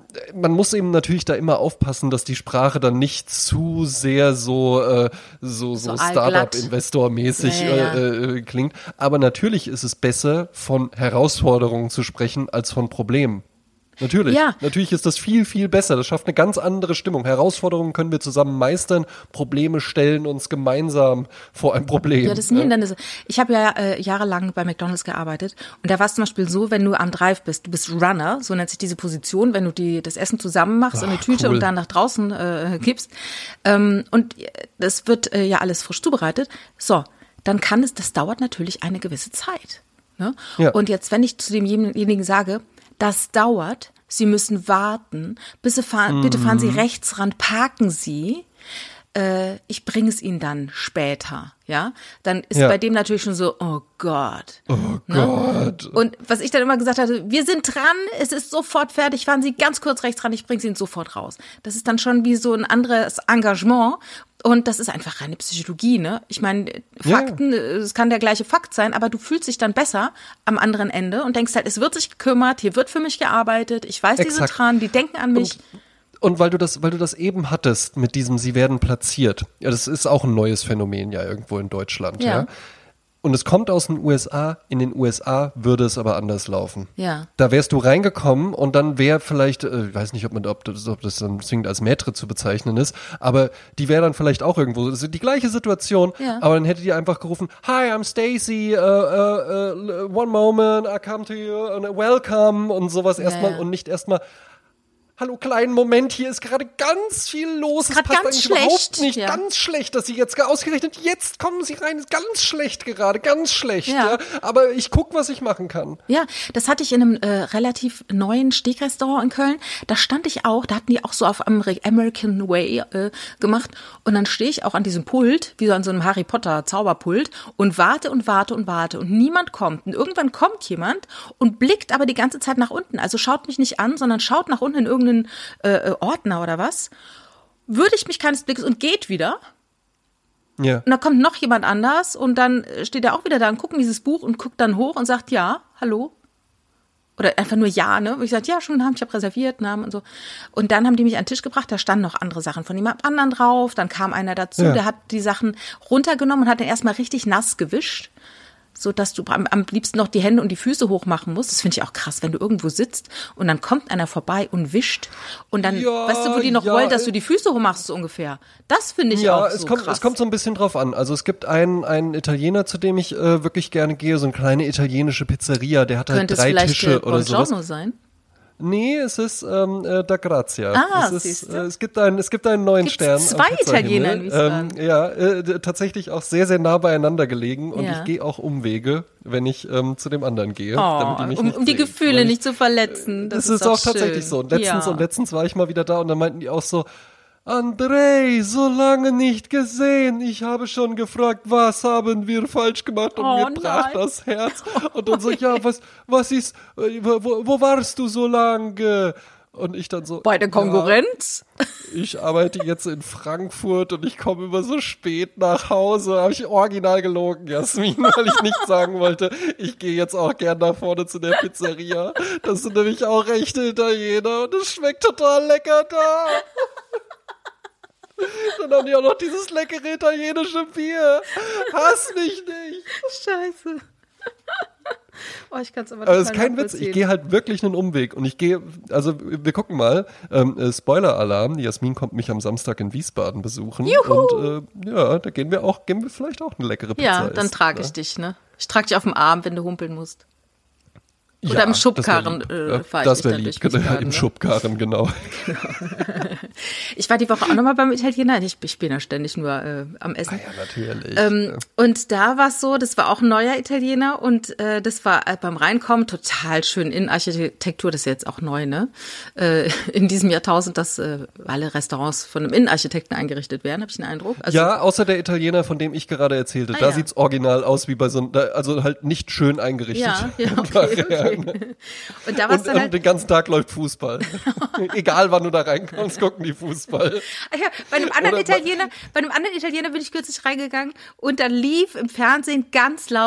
man muss eben natürlich da immer aufpassen, dass die Sprache dann nicht zu sehr so äh, so, so, So Startup-Investor-mäßig Ja, ja, ja. äh, äh, klingt. Aber natürlich ist es besser, von Herausforderungen zu sprechen, als von Problemen. Natürlich. Ja. Natürlich ist das viel, viel besser. Das schafft eine ganz andere Stimmung. Herausforderungen können wir zusammen meistern. Probleme stellen uns gemeinsam vor ein Problem. Ja, das sind Hindernisse. Ich habe ja äh, jahrelang bei McDonald's gearbeitet und da war es zum Beispiel so, wenn du am Drive bist, du bist Runner, so nennt sich diese Position, wenn du die das Essen zusammen machst in eine Ach, Tüte cool. und dann nach draußen äh, gibst. Ähm, und das wird äh, ja alles frisch zubereitet. So, dann kann es, das dauert natürlich eine gewisse Zeit. Ne? Ja. Und jetzt, wenn ich zu demjenigen sage, das dauert, Sie müssen warten, bitte fahren, mhm. bitte fahren Sie rechts ran, parken Sie, äh, ich bringe es Ihnen dann später, ja, dann ist Ja. bei dem natürlich schon so, oh Gott. Oh ne? Gott. Und was ich dann immer gesagt hatte, wir sind dran, es ist sofort fertig, fahren Sie ganz kurz rechts ran, ich bringe Sie sofort raus. Das ist dann schon wie so ein anderes Engagement. Und das ist einfach reine Psychologie, ne? Ich meine, Fakten, es kann der gleiche Fakt sein, aber du fühlst dich dann besser am anderen Ende und denkst halt, es wird sich gekümmert, hier wird für mich gearbeitet, ich weiß, die sind Exakt. dran, die denken an mich. Und, und weil du das, weil du das eben hattest mit diesem, sie werden platziert. Ja, das ist auch ein neues Phänomen ja irgendwo in Deutschland, ja. Ja. Und es kommt aus den U S A. In den U S A würde es aber anders laufen. Ja. Da wärst du reingekommen und dann wäre vielleicht, äh, ich weiß nicht, ob man, ob das, ob das dann zwingend als Maitre zu bezeichnen ist, aber die wäre dann vielleicht auch irgendwo, das ist die gleiche Situation, Ja. aber dann hätte die einfach gerufen, hi, I'm Stacy, uh, uh, uh, one moment, I come to you, and welcome und sowas erstmal ja. und nicht erstmal, hallo, kleinen Moment, hier ist gerade ganz viel los. Es Grad passt ganz eigentlich schlecht, überhaupt nicht. ja. Ganz schlecht, dass Sie jetzt ausgerechnet, jetzt kommen Sie rein. Ist ganz schlecht gerade, ganz schlecht. Ja. Ja. Aber ich guck, was ich machen kann. Ja, das hatte ich in einem äh, relativ neuen Steakrestaurant in Köln. Da stand ich auch, da hatten die auch so auf Ameri- American Way äh, gemacht. Und dann stehe ich auch an diesem Pult, wie so an so einem Harry Potter Zauberpult und warte und warte und warte und niemand kommt. Und irgendwann kommt jemand und blickt aber die ganze Zeit nach unten. Also schaut mich nicht an, sondern schaut nach unten in irgendeinen äh, Ordner oder was. Würdigt mich keines Blickes und geht wieder. Ja. Und da kommt noch jemand anders und dann steht er auch wieder da und guckt in dieses Buch und guckt dann hoch und sagt, ja, hallo. Oder einfach nur ja, ne? Und ich sage, ja, schon, ich habe reserviert, Namen und so. Und dann haben die mich an den Tisch gebracht, da standen noch andere Sachen von jemand anderen drauf. Dann kam einer dazu, Ja. der hat die Sachen runtergenommen und hat den erstmal richtig nass gewischt. So dass du am, am liebsten noch die Hände und die Füße hochmachen musst. Das finde ich auch krass, wenn du irgendwo sitzt und dann kommt einer vorbei und wischt und dann, Ja, weißt du, wo die noch ja, wollen, dass äh, du die Füße hochmachst, so ungefähr. Das finde ich Ja, auch es so kommt, krass. es kommt so ein bisschen drauf an. Also es gibt einen, einen Italiener, zu dem ich äh, wirklich gerne gehe, so eine kleine italienische Pizzeria, der hat halt Könnte es drei vielleicht Tische äh, oder sowas. Buongiorno sein? Nee, es ist ähm, äh, Da Grazia. Ah, es, ist, siehste. äh, es gibt einen, es gibt einen neuen Gibt's Stern. am zwei Italiener in Pizzahimmel. Wiesbaden? Ähm, ja, äh, d- tatsächlich auch sehr, sehr nah beieinander gelegen und Ja. ich gehe auch Umwege, wenn ich ähm, zu dem anderen gehe, Oh, damit die mich um, nicht um die sehen. Gefühle Weil ich- nicht zu verletzen. Das, Das, ist, doch auch tatsächlich schön. so. Und letztens, ja. und letztens war ich mal wieder da und dann meinten die auch so, Andrei, so lange nicht gesehen. Ich habe schon gefragt, was haben wir falsch gemacht? Und Oh, mir brach nein. das Herz. Und dann so, ja, was, was ist, äh, wo, wo warst du so lange? Und ich dann so, Bei der Konkurrenz? Ja, ich arbeite jetzt in Frankfurt und ich komme immer so spät nach Hause. Habe ich original gelogen, Jasmin, weil ich nicht sagen wollte, ich gehe jetzt auch gern nach vorne zu der Pizzeria. Das sind nämlich auch echte Italiener und es schmeckt total lecker da. Dann haben die auch noch dieses leckere italienische Bier. Hass mich nicht. Scheiße. Oh, ich kann es aber Aber nicht das ist kein Witz, ich gehe halt wirklich einen Umweg und ich gehe, also wir gucken mal, ähm, äh, Spoiler-Alarm, die Jasmin kommt mich am Samstag in Wiesbaden besuchen. Juhu. Und äh, ja, da gehen wir auch, gehen wir vielleicht auch eine leckere Pizza Ja, essen, dann trage ich ne? dich, ne? Ich trage dich auf dem Arm, wenn du humpeln musst. Oder Ja, im Schubkarren das wär lieb. äh, Ja, fahre ich das dich wäre dann lieb, durch genau, Wiesbaden, im ne? Schubkarren, genau. Ich war die Woche auch nochmal beim Italiener. Ich, ich bin ja ständig nur äh, am Essen. Ah ja, natürlich. Ähm, und da war es so, das war auch ein neuer Italiener und äh, das war äh, beim Reinkommen total schön. Innenarchitektur, das ist jetzt auch neu, ne? Äh, in diesem Jahrtausend, dass äh, alle Restaurants von einem Innenarchitekten eingerichtet werden, habe ich den Eindruck. Also, ja, außer der Italiener, von dem ich gerade erzählte. Ah, da ja. sieht's original aus wie bei so einem, also halt nicht schön eingerichtet. ja, ja, okay, okay. Und da war es Und, dann und halt, den ganzen Tag läuft Fußball. Egal wann du da reinkommst, gucken die Fußball. ah ja, bei einem anderen Oder- Italiener, bei einem anderen Italiener bin ich kürzlich reingegangen und da lief im Fernsehen ganz laut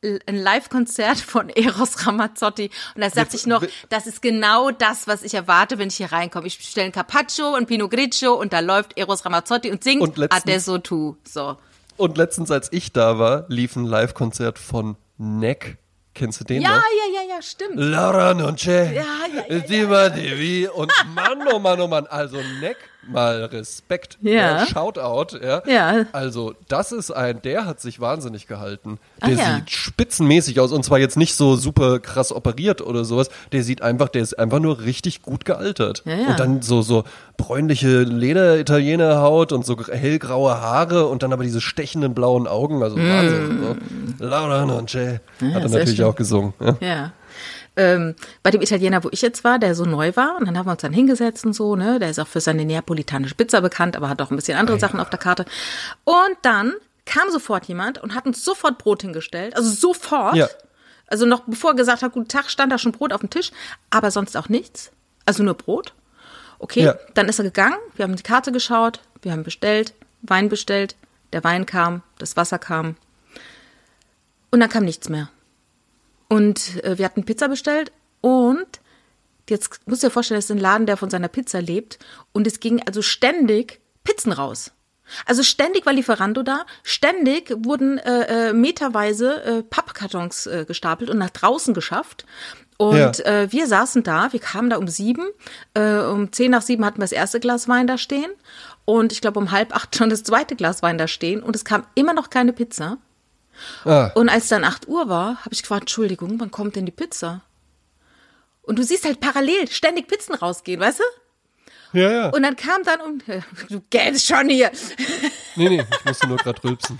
ein Live-Konzert von Eros Ramazzotti und da sagte ich noch, das ist genau das, was ich erwarte, wenn ich hier reinkomme. Ich bestelle ein Carpaccio und Pinot Grigio und da läuft Eros Ramazzotti und singt Und letztens- Adesso tu. So. Und letztens, als ich da war, lief ein Live-Konzert von Neck. Kennst du den Ja, noch? ja, ja, ja, stimmt. Laura non c'è, Ja, ja, ja, di ma devi. Und Mann, oh Mann, oh Mann, also Neck, mal Respekt. Ja. Shoutout, ja. Ja. Also das ist ein, der hat sich wahnsinnig gehalten. Ah, Der ja. sieht spitzenmäßig aus und zwar jetzt nicht so super krass operiert oder sowas. Der sieht einfach, der ist einfach nur richtig gut gealtert. Ja, ja. Und dann so, so bräunliche Leder-Italiener-Haut und so hellgraue Haare und dann aber diese stechenden blauen Augen, also Mm. Wahnsinn. So. Laura non c'è. Ja, Hat er sehr natürlich schön. auch gesungen. Ja. Ja. Ähm, bei dem Italiener, wo ich jetzt war, der so neu war, und dann haben wir uns dann hingesetzt und so, ne, der ist auch für seine neapolitanische Pizza bekannt, aber hat auch ein bisschen andere Sachen auf der Karte. Und dann kam sofort jemand und hat uns sofort Brot hingestellt, also sofort. Ja. Also noch bevor er gesagt hat, guten Tag, stand da schon Brot auf dem Tisch, aber sonst auch nichts. Also nur Brot. Okay, Ja. dann ist er gegangen, wir haben die Karte geschaut, wir haben bestellt, Wein bestellt, der Wein kam, das Wasser kam und dann kam nichts mehr. Und äh, wir hatten Pizza bestellt und jetzt musst du dir vorstellen, das ist ein Laden, der von seiner Pizza lebt und es ging also ständig Pizzen raus. Also ständig war Lieferando da, ständig wurden äh, äh, meterweise äh, Pappkartons äh, gestapelt und nach draußen geschafft. Und Ja. äh, wir saßen da, wir kamen da um sieben, äh, um zehn nach sieben hatten wir das erste Glas Wein da stehen und ich glaube um halb acht schon das zweite Glas Wein da stehen und es kam immer noch keine Pizza. Ah, Und als dann acht Uhr war, habe ich gefragt, Entschuldigung, wann kommt denn die Pizza? Und du siehst halt parallel ständig Pizzen rausgehen, weißt du? ja, ja. Und dann kam dann um, du gähnst schon hier. Nee, nee, ich musste nur gerade rülpsen.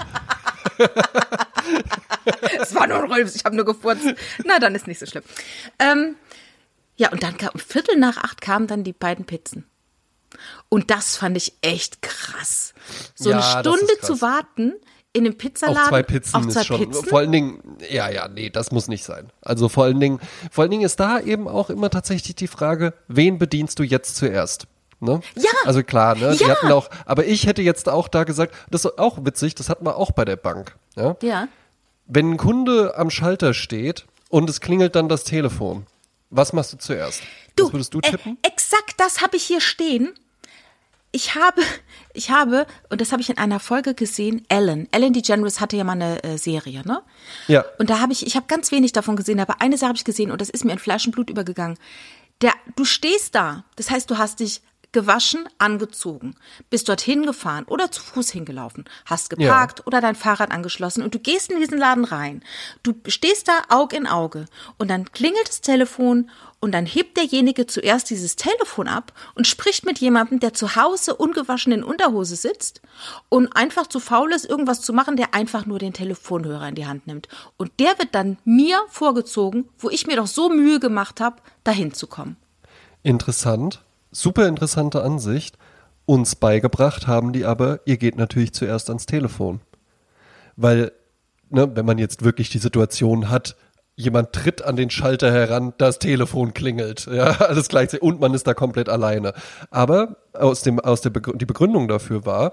Es war nur ein Rülps, ich habe nur gefurzt. Na, dann ist nicht so schlimm. Ähm, ja, und dann kam um Viertel nach acht kamen dann die beiden Pizzen. Und das fand ich echt krass. So Ja, eine das Stunde ist krass. zu warten in einem Pizzaladen. Auf zwei Pizzen auf zwei ist schon, Pizzen? vor allen Dingen, ja, ja, nee, das muss nicht sein. Also vor allen Dingen, vor allen Dingen ist da eben auch immer tatsächlich die Frage, wen bedienst du jetzt zuerst? Ne? Ja. Also klar, ne? Die Ja. hatten auch, aber ich hätte jetzt auch da gesagt, das ist auch witzig, das hatten wir auch bei der Bank. Ja? Ja. Wenn ein Kunde am Schalter steht und es klingelt dann das Telefon, was machst du zuerst? Was würdest du tippen? Äh, exakt das habe ich hier stehen. Ich habe, ich habe, und das habe ich in einer Folge gesehen, Ellen. Ellen DeGeneres hatte ja mal eine äh, Serie, ne? Ja. Und da habe ich, ich habe ganz wenig davon gesehen, aber eine Sache habe ich gesehen und das ist mir in Fleisch und Blut übergegangen. Der, du stehst da, das heißt, du hast dich gewaschen, angezogen, bist dorthin gefahren oder zu Fuß hingelaufen, hast geparkt Ja. oder dein Fahrrad angeschlossen und du gehst in diesen Laden rein. Du stehst da Aug in Auge und dann klingelt das Telefon und dann hebt derjenige zuerst dieses Telefon ab und spricht mit jemandem, der zu Hause ungewaschen in Unterhose sitzt und einfach zu faul ist, irgendwas zu machen, der einfach nur den Telefonhörer in die Hand nimmt. Und der wird dann mir vorgezogen, wo ich mir doch so Mühe gemacht habe, dahin zu kommen. Interessant, super interessante Ansicht. Uns beigebracht haben die aber, ihr geht natürlich zuerst ans Telefon. Weil, ne, wenn man jetzt wirklich die Situation hat, jemand tritt an den Schalter heran, das Telefon klingelt, ja, alles gleichzeitig und man ist da komplett alleine. Aber aus dem, aus der Begrü- die Begründung dafür war,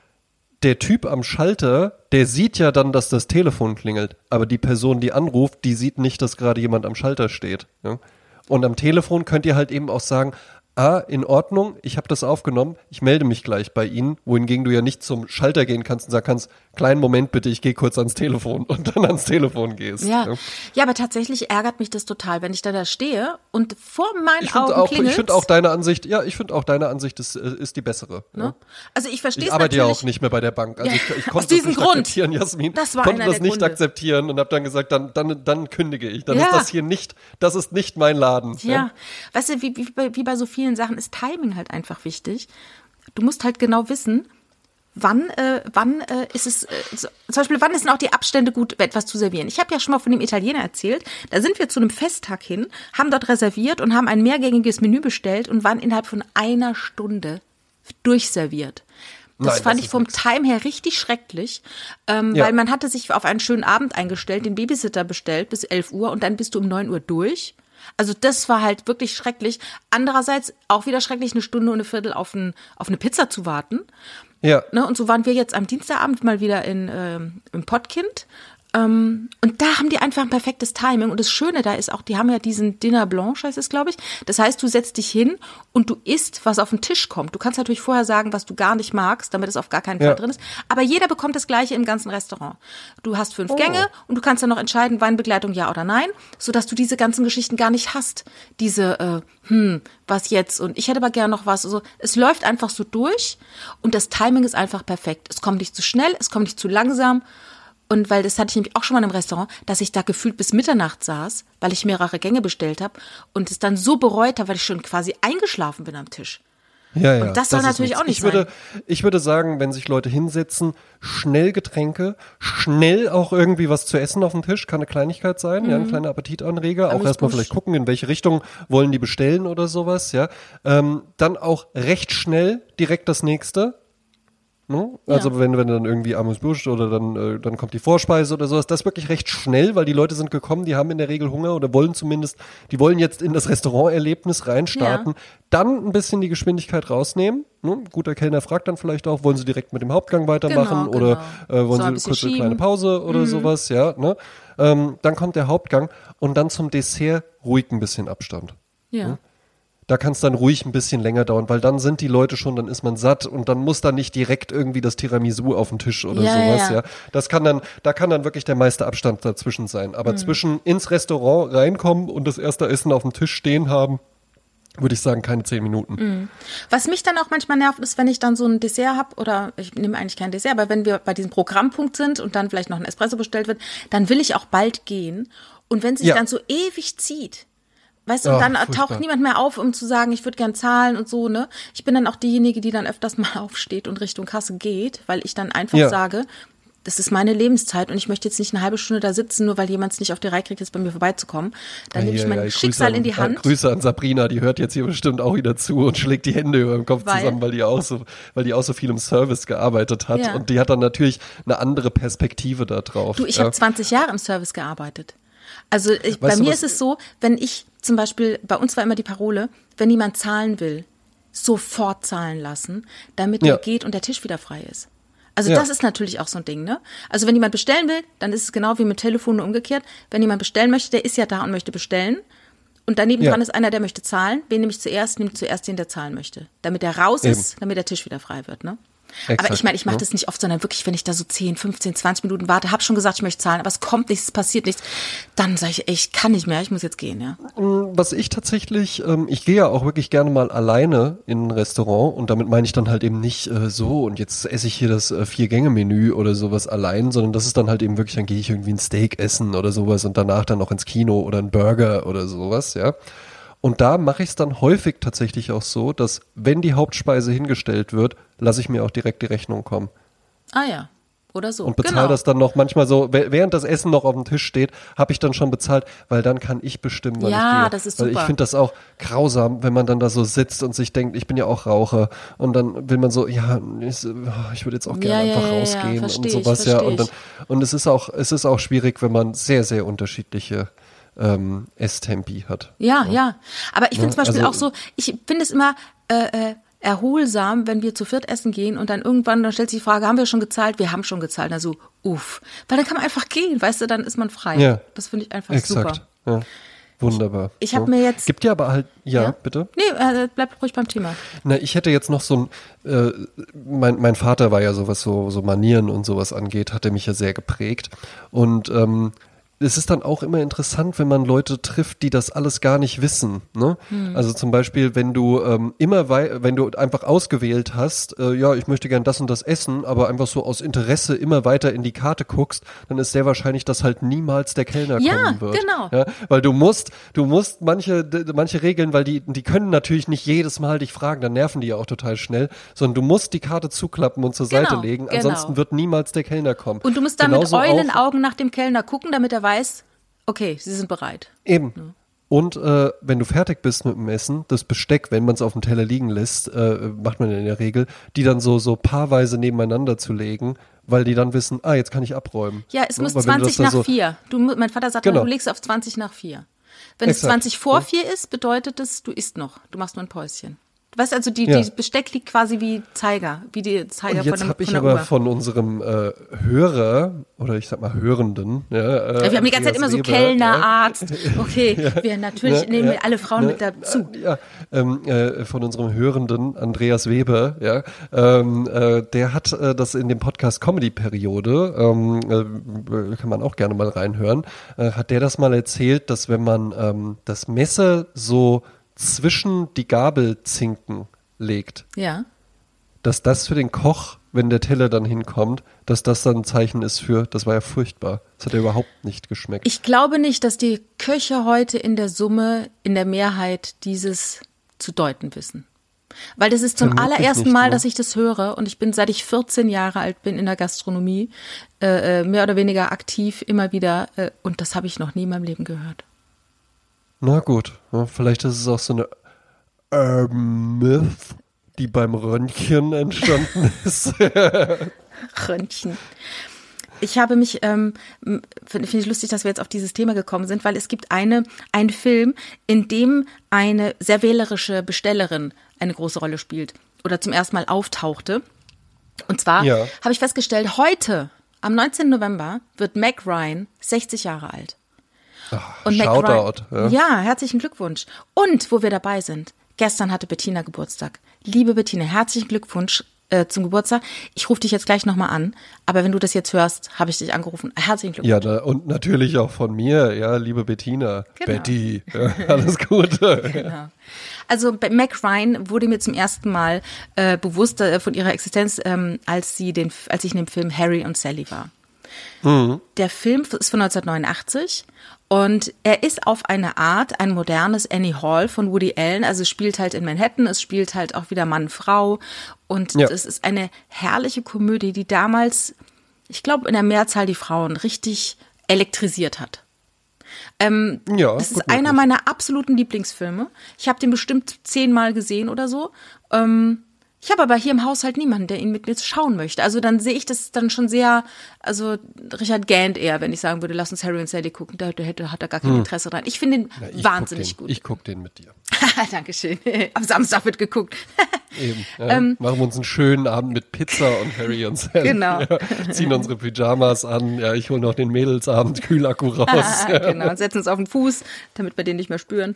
der Typ am Schalter, der sieht ja dann, dass das Telefon klingelt, aber die Person, die anruft, die sieht nicht, dass gerade jemand am Schalter steht. Ja? Und am Telefon könnt ihr halt eben auch sagen, ah, in Ordnung, ich habe das aufgenommen, ich melde mich gleich bei Ihnen, wohingegen du ja nicht zum Schalter gehen kannst und sagen kannst, kleinen Moment bitte, ich gehe kurz ans Telefon und dann ans Telefon gehst. Ja. Ja. ja, aber tatsächlich ärgert mich das total, wenn ich da da stehe und vor meinen Ich Augen finde auch, klingelt. ich finde auch deine Ansicht, ja, ich finde auch deine Ansicht ist, äh, ist die bessere. Ne? Ja. Also ich verstehe Ich es arbeite ja natürlich. auch nicht mehr bei der Bank. Also Ja, ich, ich aus konnte das diesem nicht Grund. akzeptieren, Jasmin. Das war konnte einer das der nicht Gründe. akzeptieren und habe dann gesagt, dann, dann, dann kündige ich. Dann Ja. ist das hier nicht, das ist nicht mein Laden. Ja, weißt du, wie, wie, bei- wie bei so vielen Sachen ist Timing halt einfach wichtig. Du musst halt genau wissen, wann, äh, wann äh, ist es, äh, so, zum Beispiel, wann sind auch die Abstände gut, etwas zu servieren. Ich habe ja schon mal von dem Italiener erzählt, da sind wir zu einem Festtag hin, haben dort reserviert und haben ein mehrgängiges Menü bestellt und waren innerhalb von einer Stunde durchserviert. Das Nein, fand das ich ist vom nix. Time her richtig schrecklich, ähm, Ja. weil man hatte sich auf einen schönen Abend eingestellt, den Babysitter bestellt bis elf Uhr und dann bist du um neun Uhr durch. Also das war halt wirklich schrecklich. Andererseits auch wieder schrecklich, eine Stunde und eine Viertel auf, ein, auf eine Pizza zu warten. Ja. Ne? Und so waren wir jetzt am Dienstagabend mal wieder in, ähm, im Pottkind Ähm, und da haben die einfach ein perfektes Timing. Und das Schöne da ist auch, die haben ja diesen Dinner Blanche, heißt es, glaube ich. Das heißt, du setzt dich hin und du isst, was auf den Tisch kommt. Du kannst natürlich vorher sagen, was du gar nicht magst, damit es auf gar keinen Fall Ja. drin ist. Aber jeder bekommt das Gleiche im ganzen Restaurant. Du hast fünf Oh. Gänge und du kannst dann noch entscheiden, Weinbegleitung ja oder nein, sodass du diese ganzen Geschichten gar nicht hast. Diese, äh, hm, was jetzt? Und ich hätte aber gerne noch was. Also, es läuft einfach so durch und das Timing ist einfach perfekt. Es kommt nicht zu schnell, es kommt nicht zu langsam. Und weil das hatte ich nämlich auch schon mal im Restaurant, dass ich da gefühlt bis Mitternacht saß, weil ich mehrere Gänge bestellt habe und es dann so bereut habe, weil ich schon quasi eingeschlafen bin am Tisch. Ja, ja, Und das soll ist natürlich nichts. auch nicht ich würde, Ich würde sagen, wenn sich Leute hinsetzen, schnell Getränke, schnell auch irgendwie was zu essen auf dem Tisch, kann eine Kleinigkeit sein, Mhm. ja, ein kleiner Appetitanreger, auch Amüsbusch. erstmal vielleicht gucken, in welche Richtung wollen die bestellen oder sowas, ja. Ähm, dann auch recht schnell direkt das nächste. Ne? Also Ja. wenn, wenn dann irgendwie Amuse-Bouche oder dann, äh, dann kommt die Vorspeise oder sowas, das ist wirklich recht schnell, weil die Leute sind gekommen, die haben in der Regel Hunger oder wollen zumindest, die wollen jetzt in das Restauranterlebnis reinstarten, Ja. dann ein bisschen die Geschwindigkeit rausnehmen. Ne? Guter Kellner fragt dann vielleicht auch, wollen sie direkt mit dem Hauptgang weitermachen Genau, oder genau. äh, wollen So ein sie bisschen kurz eine schieben. kleine Pause oder sowas, ja. Ne? Ähm, dann kommt der Hauptgang und dann zum Dessert ruhig ein bisschen Abstand. Ja. Da kann es dann ruhig ein bisschen länger dauern, weil dann sind die Leute schon, dann ist man satt und dann muss da nicht direkt irgendwie das Tiramisu auf den Tisch oder Ja, sowas, ja. ja. Das kann dann, da kann dann wirklich der meiste Abstand dazwischen sein. Aber Mhm. zwischen ins Restaurant reinkommen und das erste Essen auf dem Tisch stehen haben, würde ich sagen, keine zehn Minuten. Mhm. Was mich dann auch manchmal nervt, ist, wenn ich dann so ein Dessert habe, oder ich nehme eigentlich kein Dessert, aber wenn wir bei diesem Programmpunkt sind und dann vielleicht noch ein Espresso bestellt wird, dann will ich auch bald gehen. Und wenn sich Ja. dann so ewig zieht, weißt du, und Ach, dann furchtbar. taucht niemand mehr auf, um zu sagen, ich würde gern zahlen und so, ne? Ich bin dann auch diejenige, die dann öfters mal aufsteht und Richtung Kasse geht, weil ich dann einfach Ja. sage, das ist meine Lebenszeit und ich möchte jetzt nicht eine halbe Stunde da sitzen, nur weil jemand es nicht auf die Reihe kriegt, jetzt bei mir vorbeizukommen. Dann nehme ich Ja, mein ja, Grüße Schicksal an, in die Hand. Äh, Grüße an Sabrina, die hört jetzt hier bestimmt auch wieder zu und schlägt die Hände über dem Kopf Weil? zusammen, weil die auch so, weil die auch so viel im Service gearbeitet hat Ja. und die hat dann natürlich eine andere Perspektive da drauf. Du, ich ja. habe zwanzig Jahre im Service gearbeitet. Also ich, bei Weißt du, mir was- ist es so, wenn ich zum Beispiel, bei uns war immer die Parole, wenn jemand zahlen will, sofort zahlen lassen, damit Ja. er geht und der Tisch wieder frei ist. Also Ja. das ist natürlich auch so ein Ding, ne? Also wenn jemand bestellen will, dann ist es genau wie mit Telefon nur umgekehrt. Wenn jemand bestellen möchte, der ist ja da und möchte bestellen. Und daneben Ja. dran ist einer, der möchte zahlen. Wen nehme ich zuerst? Nehme zuerst den, der zahlen möchte. Damit er raus Eben. ist, damit der Tisch wieder frei wird, ne? Exakt, Aber ich meine, ich mache ne? das nicht oft, sondern wirklich, wenn ich da so zehn, fünfzehn, zwanzig Minuten warte, habe schon gesagt, ich möchte zahlen, aber es kommt nichts, es passiert nichts, dann sage ich, ey, ich kann nicht mehr, ich muss jetzt gehen, ja. Was ich tatsächlich, ähm, ich gehe ja auch wirklich gerne mal alleine in ein Restaurant und damit meine ich dann halt eben nicht äh, so und jetzt esse ich hier das äh, Vier-Gänge-Menü oder sowas allein, sondern das ist dann halt eben wirklich, dann gehe ich irgendwie ein Steak essen oder sowas und danach dann noch ins Kino oder ein Burger oder sowas, ja. Und da mache ich es dann häufig tatsächlich auch so, dass wenn die Hauptspeise hingestellt wird, lasse ich mir auch direkt die Rechnung kommen. Ah ja, oder so. Und bezahle genau. das dann noch manchmal so, wäh- während das Essen noch auf dem Tisch steht, habe ich dann schon bezahlt, weil dann kann ich bestimmen, wann Ja, ich gehe. das ist Weil super. ich finde das auch grausam, wenn man dann da so sitzt und sich denkt, ich bin ja auch Raucher und dann will man so, ja, ich, ich würde jetzt auch gerne Ja, ja, einfach ja, ja, rausgehen versteh und ich, sowas, ja. versteh Und dann, ich. und es ist auch, es ist auch schwierig, wenn man sehr, sehr unterschiedliche ähm, Esstempi hat. Ja, ja. Aber ich finde zum Ja, Beispiel also- auch so, ich finde es immer äh, äh, erholsam, wenn wir zu viert essen gehen und dann irgendwann, dann stellt sich die Frage, haben wir schon gezahlt? Wir haben schon gezahlt. Also, uff. Weil dann kann man einfach gehen, weißt du, dann ist man frei. Ja. Das finde ich einfach Exakt. super. Ja. Wunderbar. Ich hab So. mir jetzt- Gibt ja aber halt, ja, bitte? Nee, äh, bleib ruhig beim Thema. Na, ich hätte jetzt noch so ein, äh, mein, mein Vater war ja sowas, so, so Manieren und sowas angeht, hat er mich ja sehr geprägt. Und ähm, es ist dann auch immer interessant, wenn man Leute trifft, die das alles gar nicht wissen. Ne? Hm. Also zum Beispiel, wenn du ähm, immer, wei wenn du einfach ausgewählt hast, äh, ja, ich möchte gern das und das essen, aber einfach so aus Interesse immer weiter in die Karte guckst, dann ist sehr wahrscheinlich, dass halt niemals der Kellner Ja, kommen wird. genau. Ja, weil du musst, du musst manche, d- manche Regeln, weil die, die können natürlich nicht jedes Mal dich fragen, dann nerven die ja auch total schnell, sondern du musst die Karte zuklappen und zur Genau, Seite legen, genau. ansonsten wird niemals der Kellner kommen. Und du musst dann mit Genauso auch- Eulenaugen nach dem Kellner gucken, damit er weiß, okay, sie sind bereit. Eben. Und äh, wenn du fertig bist mit dem Essen, das Besteck, wenn man es auf dem Teller liegen lässt, äh, macht man in der Regel, die dann so, so paarweise nebeneinander zu legen, weil die dann wissen, ah, jetzt kann ich abräumen. Ja, es Ne? muss Weil wenn du das zwanzig dann nach so, vier. Du, mu- mein Vater sagt, Genau. du legst auf zwanzig nach vier. Wenn es Exakt. zwanzig vor Ja. vier ist, bedeutet es, du isst noch. Du machst nur ein Päuschen. Weißt also die, Ja. die Besteck liegt quasi wie Zeiger, wie die Zeiger Und von, jetzt dem, habe ich von der aber Uhr. von unserem äh, Hörer, oder ich sag mal Hörenden, ja, äh, Ja, wir haben die ganze Zeit immer so Andreas Kellner, Weber, Arzt. Okay, wir natürlich Ja, nehmen ja, wir alle Frauen ne, mit dazu. Ja, ähm, äh, von unserem Hörenden Andreas Weber, ja, ähm, äh, der hat äh, das in dem Podcast Comedy-Periode, ähm, äh, kann man auch gerne mal reinhören, äh, hat der das mal erzählt, dass wenn man ähm, das Messer so zwischen die Gabelzinken legt, Ja. dass das für den Koch, wenn der Teller dann hinkommt, dass das dann ein Zeichen ist für, das war ja furchtbar. Das hat ja überhaupt nicht geschmeckt. Ich glaube nicht, dass die Köche heute in der Summe, in der Mehrheit dieses zu deuten wissen. Weil das ist zum Vermutlich allerersten nicht, Mal, ne? dass ich das höre und ich bin, seit ich vierzehn Jahre alt bin in der Gastronomie, äh, mehr oder weniger aktiv immer wieder äh, und das habe ich noch nie in meinem Leben gehört. Na gut, ja, vielleicht ist es auch so eine Urban Myth, die beim Röntgen entstanden ist. Röntgen. Ich habe mich, ähm, finde find ich lustig, dass wir jetzt auf dieses Thema gekommen sind, weil es gibt eine, einen Film, in dem eine sehr wählerische Bestellerin eine große Rolle spielt oder zum ersten Mal auftauchte. Und zwar Ja. habe ich festgestellt, heute, am neunzehnten November, wird Meg Ryan sechzig Jahre alt. Und Meg Shoutout. Ryan, Ja. ja, herzlichen Glückwunsch. Und wo wir dabei sind, gestern hatte Bettina Geburtstag. Liebe Bettina, herzlichen Glückwunsch äh, zum Geburtstag. Ich rufe dich jetzt gleich nochmal an, aber wenn du das jetzt hörst, habe ich dich angerufen. Herzlichen Glückwunsch. Ja, da, und natürlich auch von mir, ja, liebe Bettina, Genau. Betty, ja, alles Gute. Genau. Also bei Meg Ryan wurde mir zum ersten Mal äh, bewusst äh, von ihrer Existenz, ähm, als sie den, als ich in dem Film Harry und Sally war. Mhm. Der Film ist von neunzehnhundertneunundachtzig und er ist auf eine Art ein modernes Annie Hall von Woody Allen. Also es spielt halt in Manhattan, es spielt halt auch wieder Mann, Frau und Ja. es ist eine herrliche Komödie, die damals, ich glaube in der Mehrzahl die Frauen richtig elektrisiert hat. Ähm, Ja, das ist gut einer möglich. meiner absoluten Lieblingsfilme. Ich habe den bestimmt zehnmal gesehen oder so. Ähm, ich habe aber hier im Haushalt niemanden, der ihn mit mir schauen möchte. Also dann sehe ich das dann schon sehr, also Richard Gant eher, wenn ich sagen würde, lass uns Harry und Sally gucken, da, da hätte, hat er gar kein Interesse dran. Ich finde ihn Ja, ich wahnsinnig guck den, gut. Ich gucke den mit dir. Dankeschön. Am Samstag wird geguckt. Eben. Ja. Machen wir uns einen schönen Abend mit Pizza und Harry und Sally. Ähm. Genau. Ja, ziehen unsere Pyjamas an. Ja, ich hole noch den Mädelsabend Kühlakku raus. Ja. Genau, und setzen uns auf den Fuß, damit wir den nicht mehr spüren.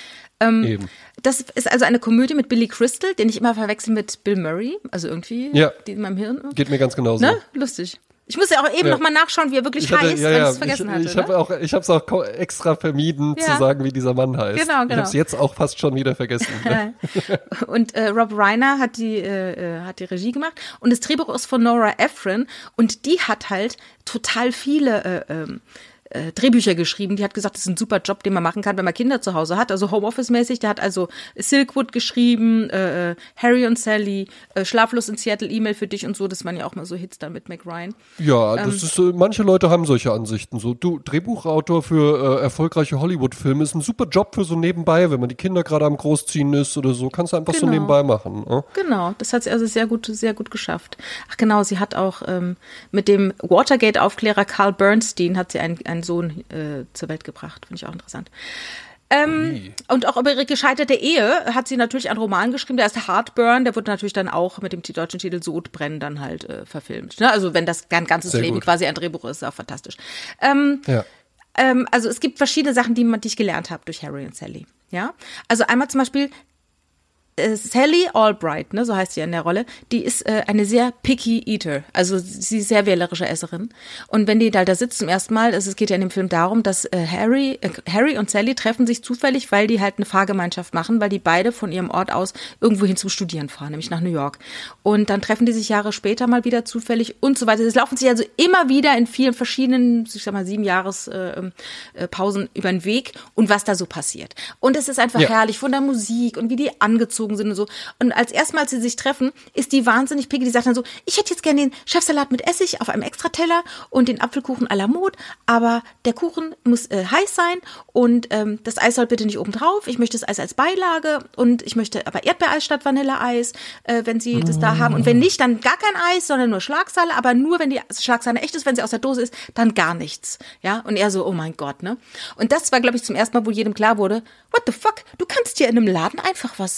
Eben. Das ist also eine Komödie mit Billy Crystal, den ich immer verwechsel mit Bill Murray, also irgendwie Ja. die in meinem Hirn. Geht mir ganz genauso. Ne? Lustig. Ich muss ja auch eben Ja. noch mal nachschauen, wie er wirklich Ich hatte, heißt, ja, weil ja, ich es vergessen ich, hatte. ich habe ne? auch, ich habe es auch ko- extra vermieden Ja. zu sagen, wie dieser Mann heißt. Genau, Ich genau. habe es jetzt auch fast schon wieder vergessen. Ne? Und äh, Rob Reiner hat die, äh, äh, hat die Regie gemacht und das Drehbuch ist von Nora Ephron und die hat halt total viele äh, ähm, äh, Drehbücher geschrieben. Die hat gesagt, das ist ein super Job, den man machen kann, wenn man Kinder zu Hause hat, also Homeoffice-mäßig. Der hat also Silkwood geschrieben, äh, Harry und Sally, äh, Schlaflos in Seattle, E-Mail für dich und so. Das waren ja auch mal so Hits dann mit Meg Ryan. Ja, Ähm. das ist, äh, manche Leute haben solche Ansichten. So, du, Drehbuchautor für äh, erfolgreiche Hollywood-Filme ist ein super Job für so nebenbei, wenn man die Kinder gerade am Großziehen ist oder so, kannst du einfach so Genau. nebenbei machen. Ne? Genau, das hat sie also sehr gut, sehr gut geschafft. Ach genau, sie hat auch ähm, mit dem Watergate-Aufklärer Carl Bernstein hat sie einen, einen Sohn äh, zur Welt gebracht. Finde ich auch interessant. Ähm, Ui. und auch über ihre gescheiterte Ehe hat sie natürlich einen Roman geschrieben, der ist Heartburn, der wurde natürlich dann auch mit dem deutschen Titel Sodbrennen dann halt äh, verfilmt. Ne? Also wenn das ein ganzes Sehr Leben gut. quasi ein Drehbuch ist, ist auch fantastisch. Ähm, Ja. ähm, also es gibt verschiedene Sachen, die, man, die ich gelernt habe durch Harry und Sally. Ja, also einmal zum Beispiel äh, Sally Albright, ne, so heißt sie in der Rolle, die ist äh, eine sehr picky Eater, also sie ist sehr wählerische Esserin. Und wenn die da, da sitzt zum ersten Mal, also es geht ja in dem Film darum, dass äh, Harry, äh, Harry und Sally treffen sich zufällig, weil die halt eine Fahrgemeinschaft machen, weil die beide von ihrem Ort aus irgendwohin zum Studieren fahren, nämlich nach New York. Und dann treffen die sich Jahre später mal wieder zufällig und so weiter. Es laufen sich also immer wieder in vielen verschiedenen, ich sag mal sieben Jahres äh, äh, Pausen über den Weg und was da so passiert. Und es ist einfach Ja. herrlich von der Musik und wie die angezogen sind und so. Und als erstmals sie sich treffen, ist die wahnsinnig picky. Die sagt dann so, ich hätte jetzt gerne den Chefsalat mit Essig auf einem Extrateller und den Apfelkuchen à la Mode, aber der Kuchen muss äh, heiß sein und ähm, das Eis soll bitte nicht oben drauf. Ich möchte das Eis als Beilage und ich möchte aber Erdbeereis statt Vanilleeis, äh, wenn sie das da haben. Und wenn nicht, dann gar kein Eis, sondern nur Schlagsahne, aber nur, wenn die Schlagsahne echt ist, wenn sie aus der Dose ist, dann gar nichts. Ja, und er so, oh mein Gott, ne? Und das war, glaube ich, zum ersten Mal, wo jedem klar wurde, what the fuck, du kannst dir in einem Laden einfach was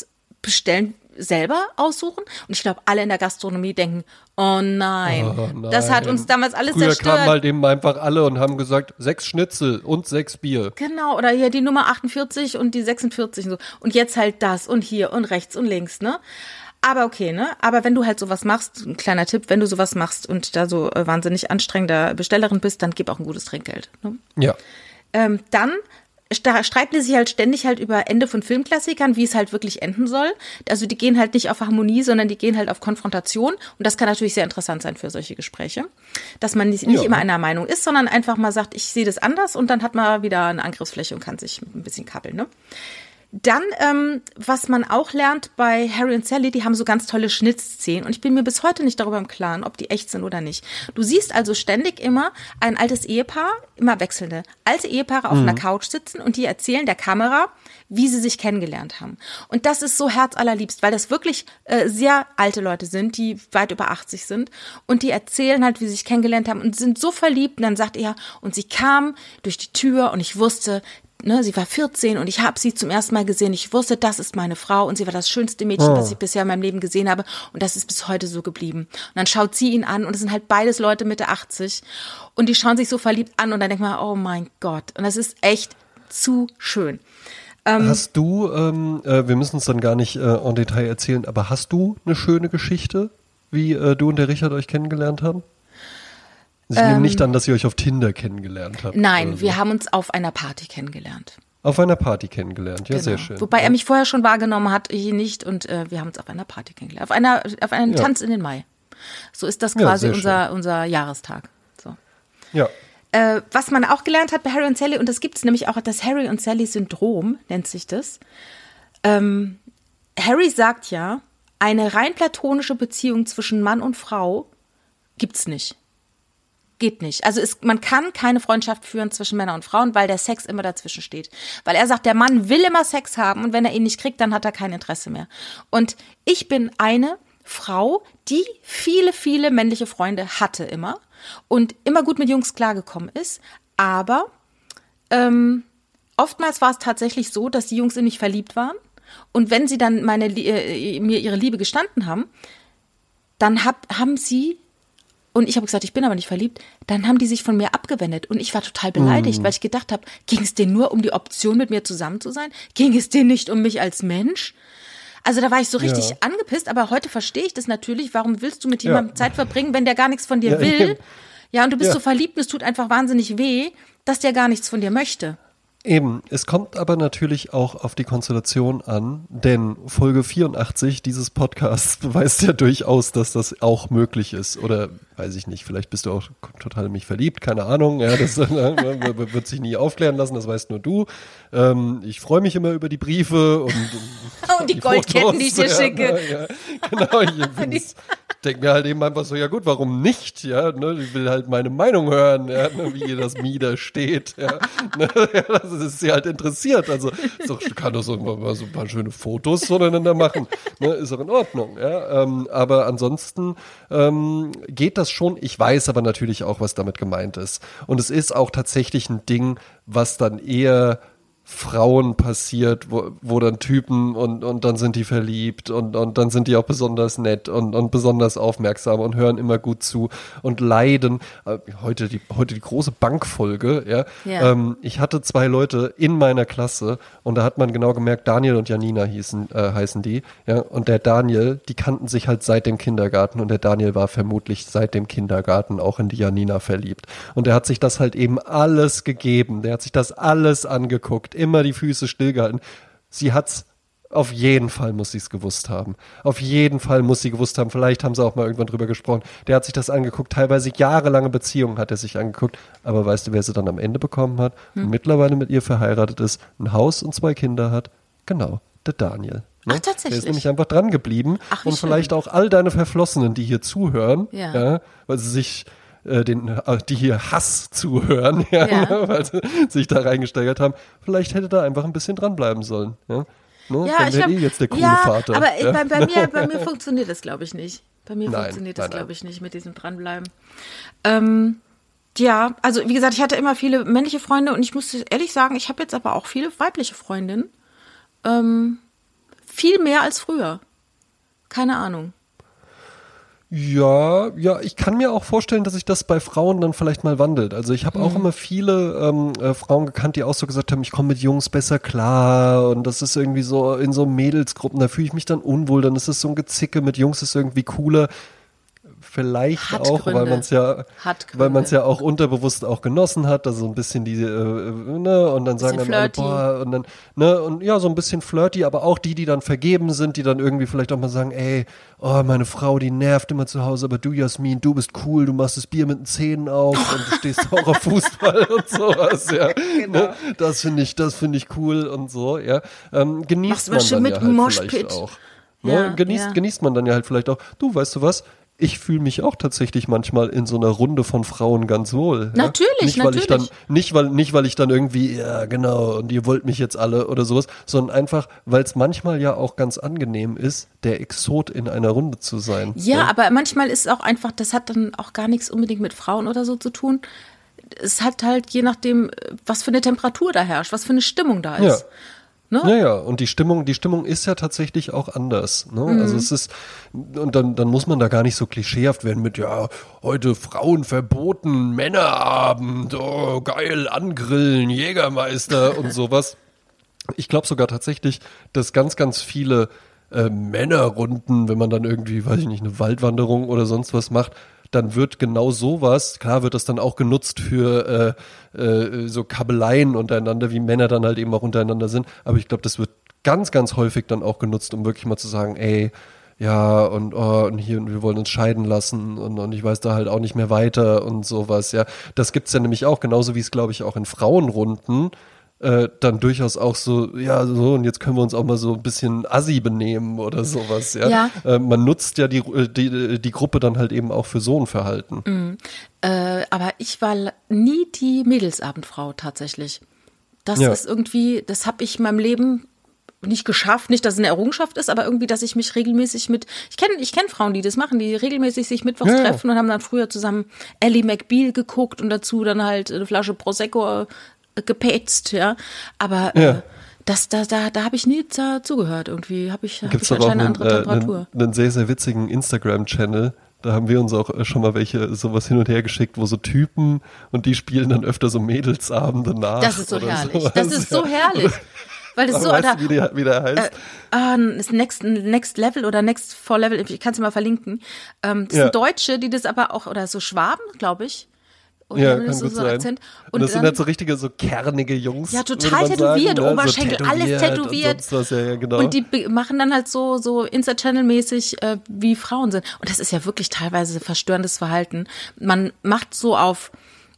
bestellen, selber aussuchen. Und ich glaube, alle in der Gastronomie denken, oh nein, oh nein. Das hat uns damals alles Früher zerstört. kamen halt eben einfach alle und haben gesagt, sechs Schnitzel und sechs Bier. Genau, oder hier die Nummer achtundvierzig und die sechsundvierzig und so. Und jetzt halt das und hier und rechts und links, ne? Aber okay, ne? Aber wenn du halt sowas machst, ein kleiner Tipp, wenn du sowas machst und da so äh, wahnsinnig anstrengender Bestellerin bist, dann gib auch ein gutes Trinkgeld. Ne? Ja. Ähm, dann streiten die sich halt ständig halt über Ende von Filmklassikern, wie es halt wirklich enden soll. Also die gehen halt nicht auf Harmonie, sondern die gehen halt auf Konfrontation. Und das kann natürlich sehr interessant sein für solche Gespräche. Dass man nicht, nicht ja. immer einer Meinung ist, sondern einfach mal sagt, ich sehe das anders und dann hat man wieder eine Angriffsfläche und kann sich ein bisschen kabbeln, ne? Dann, ähm, was man auch lernt bei Harry und Sally, die haben so ganz tolle Schnittszenen und ich bin mir bis heute nicht darüber im Klaren, ob die echt sind oder nicht. Du siehst also ständig immer ein altes Ehepaar, immer wechselnde, alte Ehepaare auf mhm. einer Couch sitzen und die erzählen der Kamera, wie sie sich kennengelernt haben. Und das ist so herzallerliebst, weil das wirklich äh, sehr alte Leute sind, die weit über achtzig sind und die erzählen halt, wie sie sich kennengelernt haben und sind so verliebt und dann sagt er, und sie kam durch die Tür und ich wusste, Ne, sie war vierzehn und ich habe sie zum ersten Mal gesehen. Ich wusste, das ist meine Frau und sie war das schönste Mädchen, oh. was ich bisher in meinem Leben gesehen habe. Und das ist bis heute so geblieben. Und dann schaut sie ihn an und es sind halt beides Leute Mitte achtzig. Und die schauen sich so verliebt an und dann denkt man, oh mein Gott. Und das ist echt zu schön. Ähm, hast du, ähm, äh, wir müssen es dann gar nicht äh, en Detail erzählen, aber hast du eine schöne Geschichte, wie äh, du und der Richard euch kennengelernt haben? Ich nehme ähm, nicht an, dass ihr euch auf Tinder kennengelernt habt. Nein, so. Wir haben uns auf einer Party kennengelernt. Auf einer Party kennengelernt, ja, genau. Sehr schön. Wobei ja. er mich vorher schon wahrgenommen hat, ich nicht. Und äh, wir haben uns auf einer Party kennengelernt. Auf, einer, auf einem ja. Tanz in den Mai. So ist das quasi ja, unser, unser Jahrestag. So. Ja. Äh, was man auch gelernt hat bei Harry und Sally, und das gibt es nämlich auch, das Harry und Sally-Syndrom, nennt sich das. Ähm, Harry sagt ja, eine rein platonische Beziehung zwischen Mann und Frau gibt's nicht. Geht nicht. Also es, man kann keine Freundschaft führen zwischen Männern und Frauen, weil der Sex immer dazwischen steht. Weil er sagt, der Mann will immer Sex haben und wenn er ihn nicht kriegt, dann hat er kein Interesse mehr. Und ich bin eine Frau, die viele, viele männliche Freunde hatte immer und immer gut mit Jungs klargekommen ist. Aber ähm, oftmals war es tatsächlich so, dass die Jungs in mich verliebt waren. Und wenn sie dann meine, äh, mir ihre Liebe gestanden haben, dann hab, haben sie und ich habe gesagt, ich bin aber nicht verliebt, dann haben die sich von mir abgewendet und ich war total beleidigt, mm. weil ich gedacht habe, ging es denen nur um die Option, mit mir zusammen zu sein? Ging es denen nicht um mich als Mensch? Also da war ich so richtig ja. angepisst, aber heute verstehe ich das natürlich. Warum willst du mit jemandem ja. Zeit verbringen, wenn der gar nichts von dir ja, will? Eben. Ja, und du bist ja. so verliebt und es tut einfach wahnsinnig weh, dass der gar nichts von dir möchte. Eben, es kommt aber natürlich auch auf die Konstellation an, denn Folge vierundachtzig dieses Podcasts beweist ja durchaus, dass das auch möglich ist. Oder weiß ich nicht, vielleicht bist du auch total in mich verliebt, keine Ahnung. Ja, das äh, wird sich nie aufklären lassen, das weißt nur du. Ähm, ich freue mich immer über die Briefe und, und die, die Goldketten, Fotos, die ich dir ja, schicke. Ja, genau, ich denke mir halt eben einfach so, ja gut, warum nicht? Ja, ne, ich will halt meine Meinung hören, ja, ne, wie ihr das Mieder steht. Ja, ne, ja, das ist sie halt interessiert. Also so, kann doch so mal so ein paar schöne Fotos voneinander machen. Ne, ist auch in Ordnung. Ja, ähm, aber ansonsten ähm, geht das schon. Ich weiß aber natürlich auch, was damit gemeint ist. Und es ist auch tatsächlich ein Ding, was dann eher Frauen passiert, wo, wo dann Typen und, und dann sind die verliebt und, und dann sind die auch besonders nett und, und besonders aufmerksam und hören immer gut zu und leiden. Äh, heute die, heute die große Bankfolge, ja. ja. Ähm, ich hatte zwei Leute in meiner Klasse und da hat man genau gemerkt, Daniel und Janina hießen, äh, heißen die, ja. Und der Daniel, die kannten sich halt seit dem Kindergarten und der Daniel war vermutlich seit dem Kindergarten auch in die Janina verliebt. Und der hat sich das halt eben alles gegeben. Der hat sich das alles angeguckt. Immer die Füße stillgehalten. Sie hat's, auf jeden Fall muss sie es gewusst haben. Auf jeden Fall muss sie gewusst haben. Vielleicht haben sie auch mal irgendwann drüber gesprochen. Der hat sich das angeguckt. Teilweise jahrelange Beziehungen hat er sich angeguckt. Aber weißt du, wer sie dann am Ende bekommen hat? Hm. Und mittlerweile mit ihr verheiratet ist, ein Haus und zwei Kinder hat? Genau, der Daniel. Ne? Ach, tatsächlich? Der ist nämlich einfach dran geblieben. Ach, und vielleicht schön. Auch all deine Verflossenen, die hier zuhören, ja. Ja, weil sie sich den, die hier Hass zuhören, ja, ja. Ne, weil sie sich da reingesteigert haben. Vielleicht hätte da einfach ein bisschen dranbleiben sollen. Ja, ne? Ja, Dann ich wäre glaub, eh jetzt der coole ja, Vater. Aber ja? bei, bei, mir, bei mir funktioniert das, glaube ich, nicht. Bei mir nein, funktioniert nein, das, glaube ich, nicht mit diesem Dranbleiben. Ähm, ja, also wie gesagt, ich hatte immer viele männliche Freunde und ich muss ehrlich sagen, ich habe jetzt aber auch viele weibliche Freundinnen. Ähm, viel mehr als früher. Keine Ahnung. Ja, ja, ich kann mir auch vorstellen, dass sich das bei Frauen dann vielleicht mal wandelt. Also ich habe mhm. auch immer viele ähm, äh, Frauen gekannt, die auch so gesagt haben, ich komme mit Jungs besser klar und das ist irgendwie so in so Mädelsgruppen, da fühle ich mich dann unwohl, dann ist es so ein Gezicke, mit Jungs ist irgendwie cooler. Vielleicht hat auch, Gründe. weil man es ja, hat weil man es ja auch unterbewusst auch genossen hat, also so ein bisschen die, äh, ne, und dann sagen dann alle, boah, und dann, ne, und ja, so ein bisschen flirty, aber auch die, die dann vergeben sind, die dann irgendwie vielleicht auch mal sagen, ey, oh, meine Frau, die nervt immer zu Hause, aber du, Jasmin, du bist cool, du machst das Bier mit den Zähnen auf und du stehst auch auf Fußball und sowas, ja. Genau. Ne? Das finde ich, das finde ich cool und so, ja. Ähm, genießt man dann mit ja halt Moshpit. vielleicht auch. Ne? Ja, genießt, ja. genießt man dann ja halt vielleicht auch, du, weißt du was? Ich fühle mich auch tatsächlich manchmal in so einer Runde von Frauen ganz wohl. Natürlich, ja? nicht, weil natürlich. Ich dann, nicht, weil, nicht, weil ich dann irgendwie, ja genau, und ihr wollt mich jetzt alle oder sowas, sondern einfach, weil es manchmal ja auch ganz angenehm ist, der Exot in einer Runde zu sein. Ja, ja, aber manchmal ist es auch einfach, das hat dann auch gar nichts unbedingt mit Frauen oder so zu tun. Es hat halt je nachdem, was für eine Temperatur da herrscht, was für eine Stimmung da ist. Ja. Ne? Ja, ja, und die Stimmung, die Stimmung ist ja tatsächlich auch anders. Ne? Mhm. Also es ist, und dann, dann muss man da gar nicht so klischeehaft werden mit, ja, heute Frauen verboten, Männerabend, oh, geil, angrillen, Jägermeister und sowas. Ich glaube sogar tatsächlich, dass ganz, ganz viele äh, Männerrunden, wenn man dann irgendwie, weiß ich nicht, eine Waldwanderung oder sonst was macht, dann wird genau sowas, klar wird das dann auch genutzt für äh, äh, so Kabeleien untereinander, wie Männer dann halt eben auch untereinander sind, aber ich glaube, das wird ganz, ganz häufig dann auch genutzt, um wirklich mal zu sagen, ey, ja, und, oh, und hier, wir wollen uns scheiden lassen und, und ich weiß da halt auch nicht mehr weiter und sowas, ja. Das gibt's ja nämlich auch, genauso wie es, glaube ich, auch in Frauenrunden Äh, dann durchaus auch so, ja, so, und jetzt können wir uns auch mal so ein bisschen assi benehmen oder sowas, ja. Ja. Äh, man nutzt ja die, die, die Gruppe dann halt eben auch für so ein Verhalten. Mhm. Äh, aber ich war nie die Mädelsabendfrau tatsächlich. Das Ja. ist irgendwie, das habe ich in meinem Leben nicht geschafft, nicht, dass es eine Errungenschaft ist, aber irgendwie, dass ich mich regelmäßig mit, ich kenne ich kenn Frauen, die das machen, die regelmäßig sich mittwochs Ja. treffen und haben dann früher zusammen Ally McBeal geguckt und dazu dann halt eine Flasche Prosecco gepetzt, ja, aber Ja. äh, das, da, da, da habe ich nie dazugehört. Irgendwie habe ich, hab Gibt's ich doch auch anscheinend einen, eine andere äh, Temperatur. einen, einen sehr, sehr witzigen Instagram-Channel. Da haben wir uns auch äh, schon mal welche sowas hin und her geschickt, wo so Typen und die spielen dann öfter so Mädelsabende nach. Das ist so oder herrlich. sowas. Das ist so Ja. herrlich. Weil das Aber so, weißt oder, du, wie der, wie der heißt? Äh, ah, das Next, Next Level oder Next Four Level, ich kann es mal verlinken. Ähm, das Ja. sind Deutsche, die das aber auch, oder so Schwaben, glaube ich. Oder Ja, haben das kann so, gut so einen sein. Akzent. Und, Und das sind dann, halt so richtige, so kernige Jungs. ja, würde total man tätowiert, sagen, ne? Oberschenkel, so alles tätowiert tätowiert. Und sonst was, ja, ja, genau. Und die be- machen dann halt so, so Insta-Channel-mäßig, äh, wie Frauen sind. Und das ist ja wirklich teilweise verstörendes Verhalten. Man macht so auf,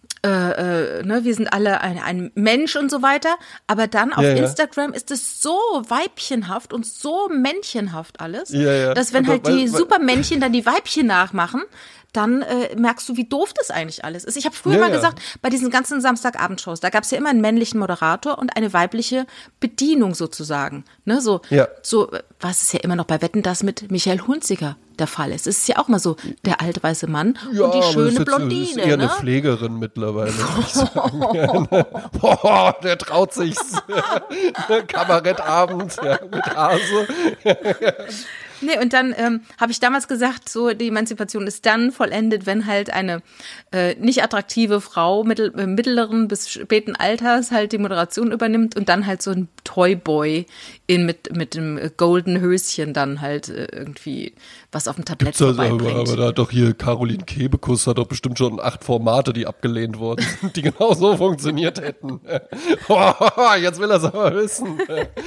äh, äh, ne, wir sind alle ein, ein Mensch und so weiter, aber dann auf Ja, ja. Instagram ist es so weibchenhaft und so männchenhaft alles, Ja, ja. dass wenn Und halt weil- die weil- Supermännchen dann die Weibchen nachmachen, dann äh, merkst du, wie doof das eigentlich alles ist. Ich habe früher Ja, mal ja. gesagt, bei diesen ganzen Samstagabendshows, da gab es ja immer einen männlichen Moderator und eine weibliche Bedienung sozusagen. Ne, so, Ja. so, was es ja immer noch bei Wetten, das mit Michael Hunziker der Fall ist. Es ist ja auch mal so der alte weiße Mann Ja, und die aber schöne das ist jetzt, Blondine. ist eher ne? eine Pflegerin mittlerweile. würde ich sagen. Boah, der traut sich's. Kabarettabend, ja, mit Hase. Nee, und dann ähm, habe ich damals gesagt, so die Emanzipation ist dann vollendet, wenn halt eine äh, nicht attraktive Frau mittel, äh, mittleren bis späten Alters halt die Moderation übernimmt und dann halt so ein Toyboy in mit mit dem golden Höschen dann halt äh, irgendwie was auf dem Tablett Also, aber, vorbeibringt. aber da hat doch hier Caroline Kebekus hat doch bestimmt schon acht Formate, die abgelehnt wurden, die genau so funktioniert hätten. Boah, jetzt will er es aber wissen.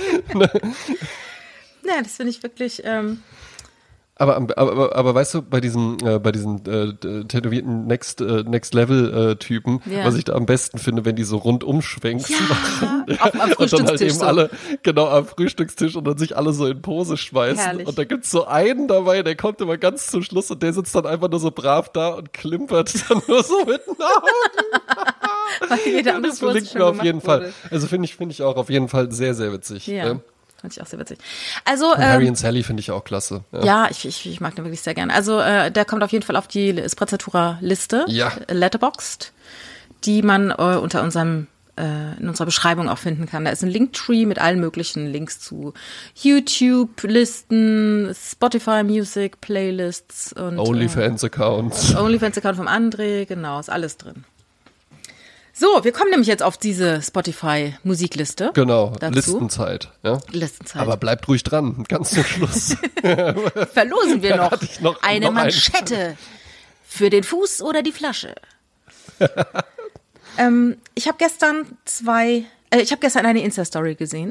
Ja, das finde ich wirklich. Ähm, Aber, aber, aber, aber weißt du, bei diesem, äh, bei diesen äh, tätowierten Next, äh, Next Level äh, Typen, Ja. was ich da am besten finde, wenn die so rundum schwenken ja, auf, am und dann halt Frühstückstisch eben so. alle, genau am Frühstückstisch und dann sich alle so in Pose schmeißen. Herrlich. Und da gibt's so einen dabei, der kommt immer ganz zum Schluss und der sitzt dann einfach nur so brav da und klimpert dann nur so mit den Augen. Weil jeder andere Das Pose verlinkt schon mir auf gemacht jeden wurde. Fall. Also finde ich, finde ich auch auf jeden Fall sehr, sehr witzig. Ja, Ja. fand ich auch sehr witzig. Also, Und Harry ähm, und Sally finde ich auch klasse. Ja. ja, ich, ich, ich mag den wirklich sehr gern. Also, äh, der kommt auf jeden Fall auf die Sprezzatura-Liste, Ja. äh, Letterboxd, die man äh, unter unserem äh, in unserer Beschreibung auch finden kann. Da ist ein Linktree mit allen möglichen Links zu YouTube, Listen, Spotify Music, Playlists und OnlyFans-Accounts. Äh, OnlyFans-Account vom André, genau, ist alles drin. So, wir kommen nämlich jetzt auf diese Spotify-Musikliste. Genau, dazu. Listenzeit. Ja? Listenzeit. Aber bleibt ruhig dran, ganz zum Schluss. Verlosen wir noch, noch eine noch Manschette einen. Für den Fuß oder die Flasche. ähm, ich habe gestern zwei, äh, ich habe gestern eine Insta-Story gesehen.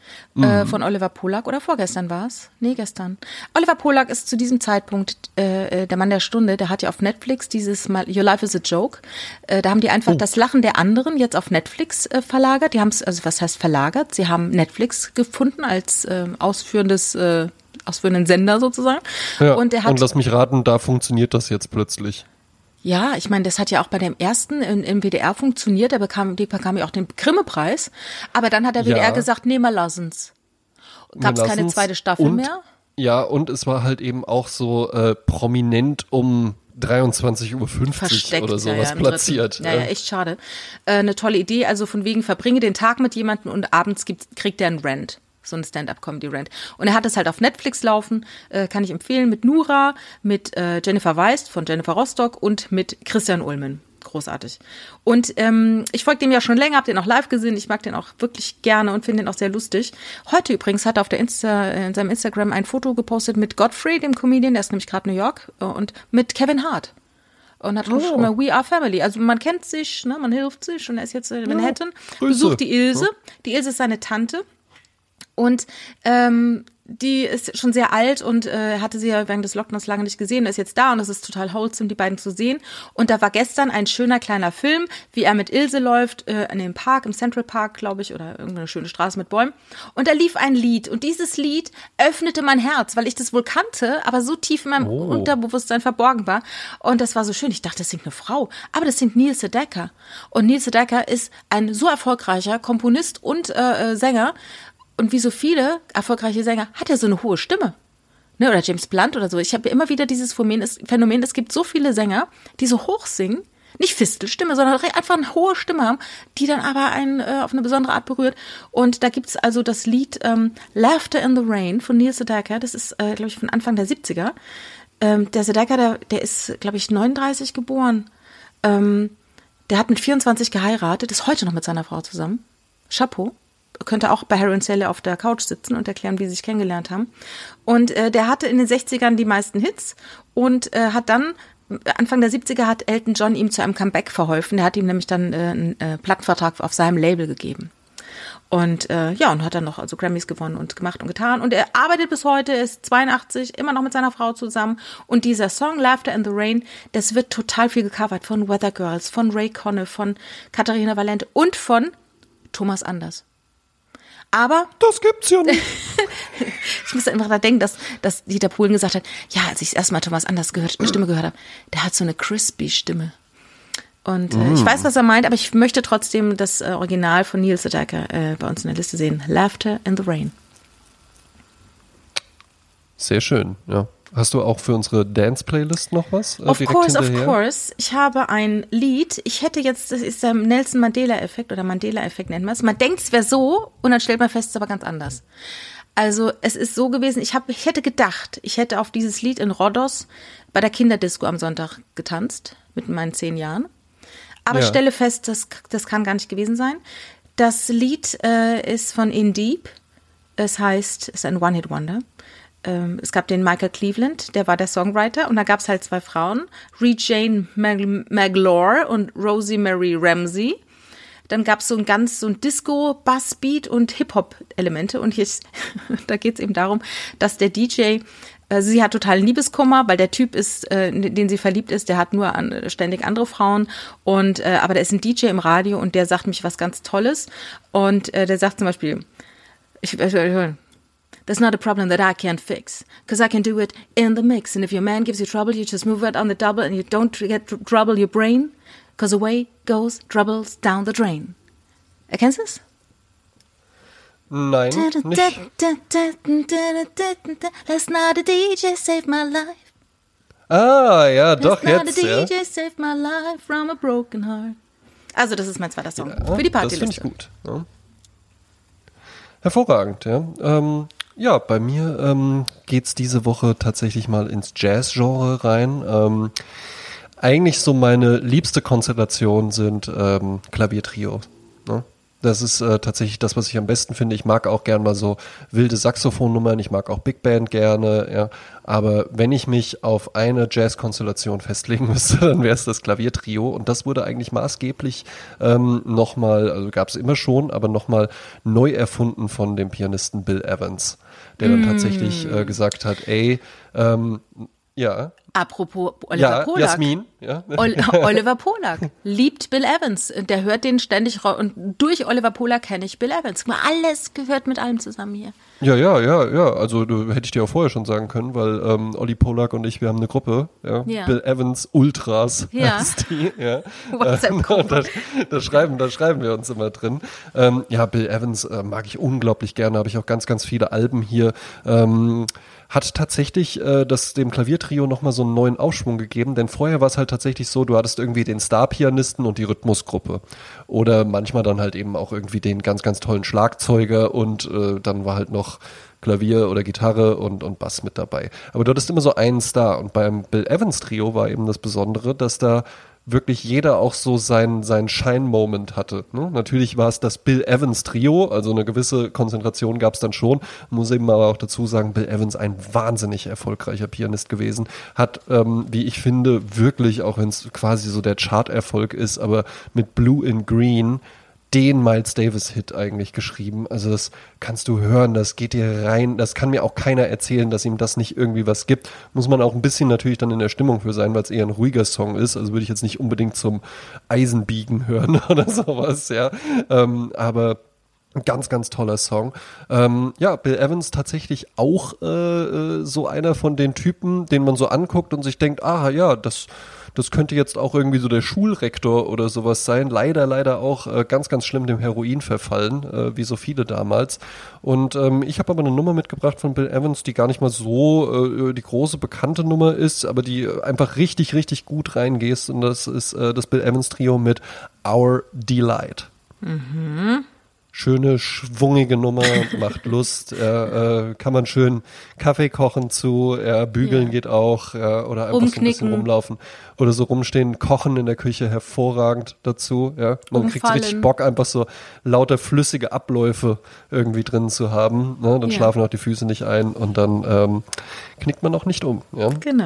Äh, von Oliver Polak, oder vorgestern war es? Nee, gestern. Oliver Polak ist zu diesem Zeitpunkt äh, der Mann der Stunde, der hat ja auf Netflix dieses Mal Your Life is a Joke. Äh, da haben die einfach oh. das Lachen der anderen jetzt auf Netflix äh, verlagert. Die haben es, also was heißt verlagert? Sie haben Netflix gefunden als äh, ausführendes, äh, ausführenden Sender sozusagen. Ja, und, der hat, und lass mich raten, da funktioniert das jetzt plötzlich. Ja, ich meine, das hat ja auch bei dem ersten im, im W D R funktioniert, der bekam, die bekam ja auch den Grimme-Preis, aber dann hat der W D R ja. gesagt, nee, mal lassen's. Gab es keine zweite Staffel und, mehr? Ja, und es war halt eben auch so äh, prominent um dreiundzwanzig Uhr fünfzig Versteckt, oder sowas ja, ja, platziert. Ja, ja, echt schade. Äh, eine tolle Idee, also von wegen, verbringe den Tag mit jemandem und abends gibt, kriegt er einen Rant. So ein Stand-up-Comedy-Rant. Und er hat es halt auf Netflix laufen, äh, kann ich empfehlen, mit Nura, mit äh, Jennifer Weist von Jennifer Rostock und mit Christian Ulmen. Großartig. Und ähm, ich folge dem ja schon länger, hab den auch live gesehen. Ich mag den auch wirklich gerne und finde den auch sehr lustig. Heute übrigens hat er auf der Insta, in seinem Instagram ein Foto gepostet mit Godfrey, dem Comedian, der ist nämlich gerade in New York, äh, und mit Kevin Hart. Und hat oh. schon mal We Are Family. Also man kennt sich, ne, man hilft sich und er ist jetzt in Manhattan. Ja, besucht die Ilse. Ja. Die Ilse ist seine Tante. Und ähm, die ist schon sehr alt und äh, hatte sie ja während des Lockdowns lange nicht gesehen. Er ist jetzt da und es ist total wholesome, die beiden zu sehen. Und da war gestern ein schöner kleiner Film, wie er mit Ilse läuft, äh, in dem Park, im Central Park, glaube ich, oder irgendeine schöne Straße mit Bäumen. Und da lief ein Lied und dieses Lied öffnete mein Herz, weil ich das wohl kannte, aber so tief in meinem oh. Unterbewusstsein verborgen war. Und das war so schön. Ich dachte, das singt eine Frau, aber das singt Neil Sedaka. Und Neil Sedaka ist ein so erfolgreicher Komponist und äh, Sänger. Und wie so viele erfolgreiche Sänger hat er so eine hohe Stimme. Ne, oder James Blunt oder so. Ich habe immer wieder dieses Phänomen, es gibt so viele Sänger, die so hoch singen, nicht Fistelstimme, sondern einfach eine hohe Stimme haben, die dann aber einen äh, auf eine besondere Art berührt. Und da gibt's also das Lied ähm, Laughter in the Rain von Neil Sedaka. Das ist, äh, glaube ich, von Anfang der siebziger. Ähm, der Sedaka, der, der ist, glaube ich, neununddreißig geboren. Ähm, der hat mit vierundzwanzig geheiratet, ist heute noch mit seiner Frau zusammen. Chapeau. Könnte auch bei Harry und Sally auf der Couch sitzen und erklären, wie sie sich kennengelernt haben. Und äh, der hatte in den sechzigern die meisten Hits und äh, hat dann, Anfang der siebziger hat Elton John ihm zu einem Comeback verholfen. Der hat ihm nämlich dann äh, einen äh, Plattenvertrag auf seinem Label gegeben. Und äh, ja, und hat dann noch also Grammys gewonnen und gemacht und getan. Und er arbeitet bis heute, ist zweiundachtzig, immer noch mit seiner Frau zusammen. Und dieser Song Laughter in the Rain, das wird total viel gecovert von Weather Girls, von Ray Conniff, von Katharina Valente und von Thomas Anders. Aber das gibt's ja nicht. Ich muss einfach da denken, dass, dass Dieter Bohlen gesagt hat, ja, als ich das erste Mal Thomas Anders gehört, Stimme gehört habe, der hat so eine crispy Stimme. Und äh, mm. ich weiß, was er meint, aber ich möchte trotzdem das äh, Original von Neil Sedaka äh, bei uns in der Liste sehen. Laughter in the Rain. Sehr schön, ja. Hast du auch für unsere Dance-Playlist noch was? Äh, of course, hinterher? of course. Ich habe ein Lied. Ich hätte jetzt, das ist der Nelson Mandela-Effekt oder Mandela-Effekt nennt man es. Man denkt, es wäre so und dann stellt man fest, es ist aber ganz anders. Also es ist so gewesen, ich, hab, ich hätte gedacht, ich hätte auf dieses Lied in Rhodos bei der Kinderdisco am Sonntag getanzt, mit meinen zehn Jahren. Aber ja. ich stelle fest, das, das kann gar nicht gewesen sein. Das Lied äh, ist von In Deep. Es heißt, es ist ein One-Hit-Wonder. Es gab den Michael Cleveland, der war der Songwriter und da gab es halt zwei Frauen, Rejane Maglore und Rosie Mary Ramsey. Dann gab es so ein ganz so ein Disco, Bassbeat und Hip-Hop-Elemente und hier ist, da geht es eben darum, dass der D J, äh, sie hat totalen Liebeskummer, weil der Typ ist, äh, in den sie verliebt ist, der hat nur an, ständig andere Frauen und äh, aber der ist ein D J im Radio und der sagt mich was ganz Tolles und äh, der sagt zum Beispiel, ich, ich, ich There's not a problem that I can't fix, cause I can do it in the mix. And if your man gives you trouble, you just move it on the double and you don't get tr- trouble your brain, cause away goes troubles down the drain. Erkennst du es? Nein, nicht. Last night a D J saved my life. Ah, ja, doch, jetzt, ja. Last night a D J saved my life from a broken heart. Also das ist mein zweiter Song Ja, für die das Partyliste. finde ich gut. Ja. Hervorragend, ja. Ähm, ja, bei mir ähm, geht's diese Woche tatsächlich mal ins Jazz-Genre rein. Ähm, eigentlich so meine liebste Konstellation sind ähm, Klaviertrios. Ne? Das ist äh, tatsächlich das, was ich am besten finde. Ich mag auch gern mal so wilde Saxophonnummern, ich mag auch Big Band gerne, ja. Aber wenn ich mich auf eine Jazz-Konstellation festlegen müsste, dann wäre es das Klaviertrio. Und das wurde eigentlich maßgeblich ähm, nochmal, also gab es immer schon, aber nochmal neu erfunden von dem Pianisten Bill Evans, der dann mm. tatsächlich äh, gesagt hat, ey, ähm, ja. Apropos Oliver ja, Polak. Jasmin, ja. Ol- Oliver Polak liebt Bill Evans. Der hört den ständig ra- und durch Oliver Polak kenne ich Bill Evans. Alles gehört mit allem zusammen hier. Ja, ja, ja, ja. Also du, hätte ich dir auch vorher schon sagen können, weil ähm, Olli Polak und ich, wir haben eine Gruppe, ja. Ja. Bill Evans Ultras Ja. heißt die, ja. WhatsApp-Gruppe. da, da schreiben, da schreiben wir uns immer drin. Ähm, ja, Bill Evans äh, mag ich unglaublich gerne. Habe ich auch ganz, ganz viele Alben hier. Ähm, hat tatsächlich äh, das dem Klaviertrio nochmal so einen neuen Aufschwung gegeben, denn vorher war es halt tatsächlich so, du hattest irgendwie den Star-Pianisten und die Rhythmusgruppe oder manchmal dann halt eben auch irgendwie den ganz, ganz tollen Schlagzeuger und äh, dann war halt noch Klavier oder Gitarre und, und Bass mit dabei. Aber du hattest immer so einen Star und beim Bill Evans Trio war eben das Besondere, dass da wirklich jeder auch so seinen sein Shine-Moment hatte. Ne? Natürlich war es das Bill Evans Trio, also eine gewisse Konzentration gab es dann schon. Muss eben aber auch dazu sagen, Bill Evans ein wahnsinnig erfolgreicher Pianist gewesen. Hat, ähm, wie ich finde, wirklich, auch wenn es quasi so der Chart-Erfolg ist, aber mit Blue in Green den Miles Davis-Hit eigentlich geschrieben. Also das kannst du hören, das geht dir rein, das kann mir auch keiner erzählen, dass ihm das nicht irgendwie was gibt. Muss man auch ein bisschen natürlich dann in der Stimmung für sein, weil es eher ein ruhiger Song ist. Also würde ich jetzt nicht unbedingt zum Eisenbiegen hören oder sowas, ja. Ähm, aber ein ganz, ganz toller Song. Ähm, ja, Bill Evans tatsächlich auch äh, so einer von den Typen, den man so anguckt und sich denkt, ah ja, das Das könnte jetzt auch irgendwie so der Schulrektor oder sowas sein. Leider, leider auch äh, ganz, ganz schlimm dem Heroin verfallen, äh, wie so viele damals. Und ähm, ich habe aber eine Nummer mitgebracht von Bill Evans, die gar nicht mal so äh, die große bekannte Nummer ist, aber die einfach richtig, richtig gut reingeht. Und das ist äh, das Bill Evans Trio mit Our Delight. Mhm. Schöne, schwungige Nummer, macht Lust, äh, äh, kann man schön Kaffee kochen zu, äh, bügeln ja. geht auch, ja, oder einfach Umknicken. so ein bisschen rumlaufen oder so rumstehen, kochen in der Küche, hervorragend dazu, ja. Man Umfallen. kriegt so richtig Bock, einfach so lauter flüssige Abläufe irgendwie drin zu haben, ne? Dann ja. schlafen auch die Füße nicht ein und dann ähm, knickt man auch nicht um, ja. Genau.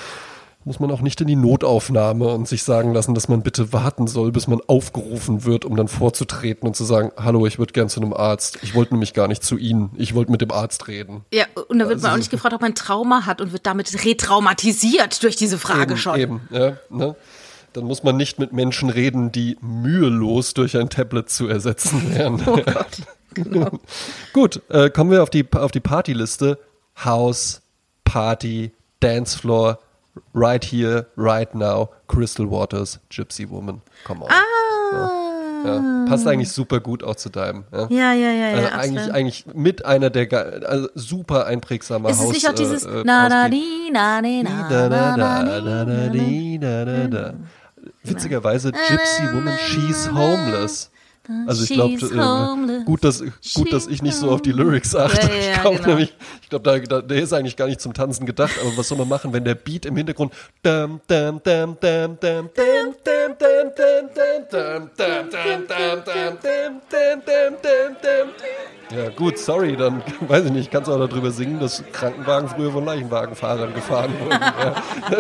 Muss man auch nicht in die Notaufnahme und sich sagen lassen, dass man bitte warten soll, bis man aufgerufen wird, um dann vorzutreten und zu sagen, hallo, ich würde gern zu einem Arzt. Ich wollte nämlich gar nicht zu Ihnen. Ich wollte mit dem Arzt reden. Ja, und da wird also, man auch nicht gefragt, ob man ein Trauma hat und wird damit retraumatisiert durch diese Frage eben, schon. Eben, ja, ne? Dann muss man nicht mit Menschen reden, die mühelos durch ein Tablet zu ersetzen wären. Oh Gott, genau. Gut, äh, kommen wir auf die, auf die Partyliste. House, Party, Dancefloor, Right Here, Right Now, Crystal Waters, Gypsy Woman. Come on. Ah. Ja, ja. Passt eigentlich super gut auch zu deinem. Ja, ja, ja, ja. also ja eigentlich, eigentlich mit einer der ge- also super einprägsamer Ist es Haus. nicht auch dieses äh, na da Hausbeat. di na di na Da, da, na da, da, da, di, da, da, da. Witzigerweise Gypsy Woman, she's homeless. Also ich glaube, äh, gut, dass gut, dass ich nicht so auf die Lyrics achte. Ja, ja, ich glaube genau. nämlich, ich glaube, da, da, der ist eigentlich gar nicht zum Tanzen gedacht. Aber was soll man machen, wenn der Beat im Hintergrund dam dam dam dam dam dam dam dam dam dam dam dam dam dam dam dam dam dam. Ja gut, sorry, dann weiß ich nicht, kannst du auch darüber singen, dass Krankenwagen früher von Leichenwagenfahrern gefahren wurden. Ja.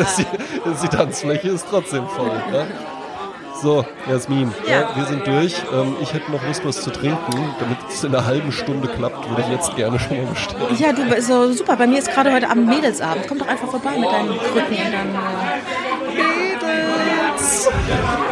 Die, die Tanzfläche ist trotzdem voll. Ja. So, Jasmin, ja. Ja, wir sind durch. Ähm, ich hätte noch Lust, was zu trinken. Damit es in einer halben Stunde klappt, würde ich jetzt gerne schon mal bestellen. Ja, du, so super. Bei mir ist gerade heute Abend Mädelsabend. Komm doch einfach vorbei mit deinen Krücken und dann... Äh Mädels!